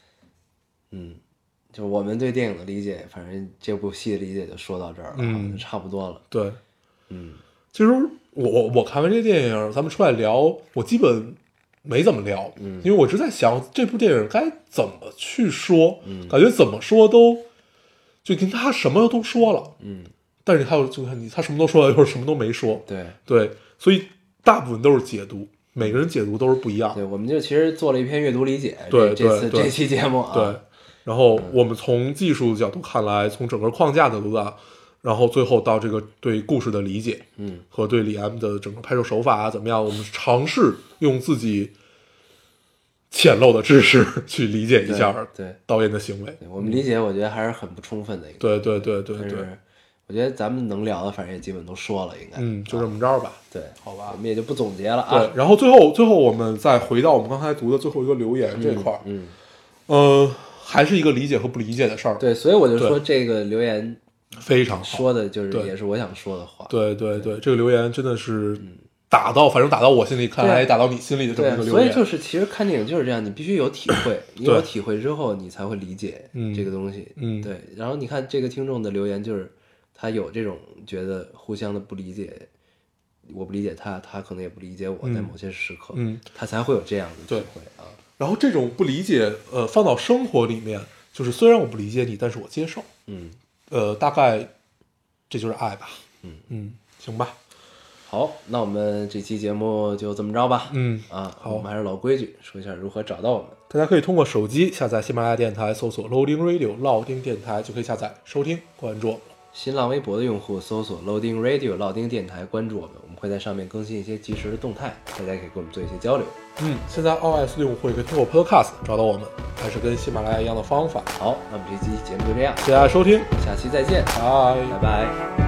S1: 就是我们对电影的理解，反正这部戏的理解就说到这儿了，就差不多了。
S2: 对，其实我看完这电影，咱们出来聊，我基本没怎么聊，因为我一直在想这部电影该怎么去说，感觉怎么说都就跟他什么都说了，但是他什么都说了，又是什么都没说，对，所以大部分都是解读，每个人解读都是不一样。
S1: 对，我们就其实做了一篇阅读理解，
S2: 对，
S1: 这期节目啊，
S2: 对。然后我们从技术角度看来，从整个框架角度的，然后最后到这个对故事的理解，和对李安的整个拍摄手法怎么样，我们尝试用自己浅陋的知识去理解一下导演的行为。
S1: 我们理解，我觉得还是很不充分的一个。
S2: 对。
S1: 我觉得咱们能聊的，反正也基本都说了，应该。
S2: 就这么着吧。
S1: 对，
S2: 好吧，
S1: 我们也就不总结了啊。
S2: 对，然后最后我们再回到我们刚才读的最后一个留言这块儿，还是一个理解和不理解的事儿。
S1: 对，所以我就说这个留言
S2: 非常好，
S1: 说的就是也是我想说的话。
S2: 对，这个留言真的是反正打到我心里，看来也打到你心里的这么一个留言。
S1: 所以就是其实看电影就是这样，你必须有体会，你有体会之后，你才会理解这个东西。对。然后你看这个听众的留言，就是他有这种觉得互相的不理解，我不理解他，他可能也不理解我，在某些时刻，他才会有这样的体会啊。
S2: 然后这种不理解，放到生活里面，就是虽然我不理解你，但是我接受。大概这就是爱吧。行吧。
S1: 好，那我们这期节目就这么着吧。好，我们还是老规矩，说一下如何找到我们。
S2: 大家可以通过手机下载喜马拉雅电台，搜索 Loading Radio 老丁电台就可以下载收听关注我们。
S1: 新浪微博的用户搜索 Loading Radio 老丁电台关注我们，我们会在上面更新一些即时的动态，大家可以跟我们做一些交流。
S2: 现在 iOS 的用户也可以通过 Podcast 找到我们，还是跟喜马拉雅一样的方法。
S1: 好，那么这期节目就这样，
S2: 谢谢大家收听，
S1: 下期再见，拜拜。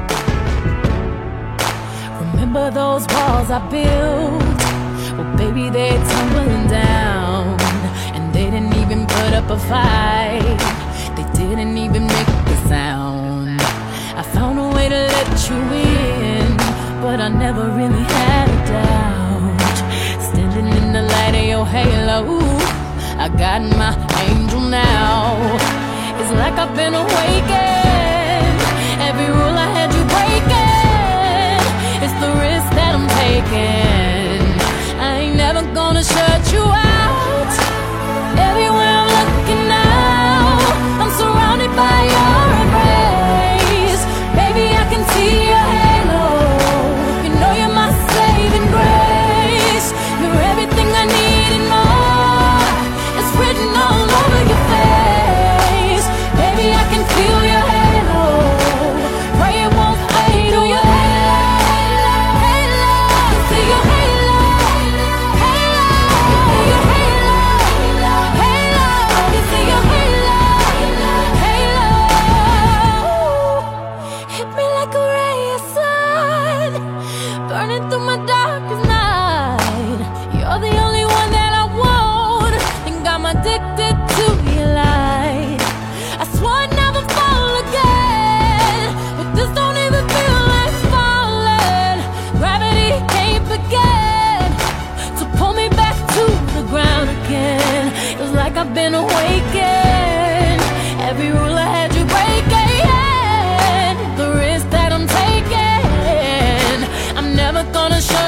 S3: Remember those walls I built? Well, baby, they're tumbling down, and they didn't even put up a fight. They didn't even make a sound. I found a way to let you in, but I never really had a doubt. Standing in the light of your halo, I got my angel now. It's like I've been awakened. Every rule I had you breaking, it's the risk that I'm taking. I ain't never gonna shut you out. Everywhere I'm looking now, I'm surrounded by your embrace. Baby, I can see your halo. You know you're my saving grace. You're everything I need and more. It's written all over your face. Baby, I can feel your halo. darkest night. You're the only one that I want. Think I'm addicted to your light. I swore I'd never fall again, but this don't even feel like falling. Gravity can't begin to pull me back to the ground again. Feels like I've been awakened. Every rule I had you breaking, the risk that I'm taking, I'm never gonna show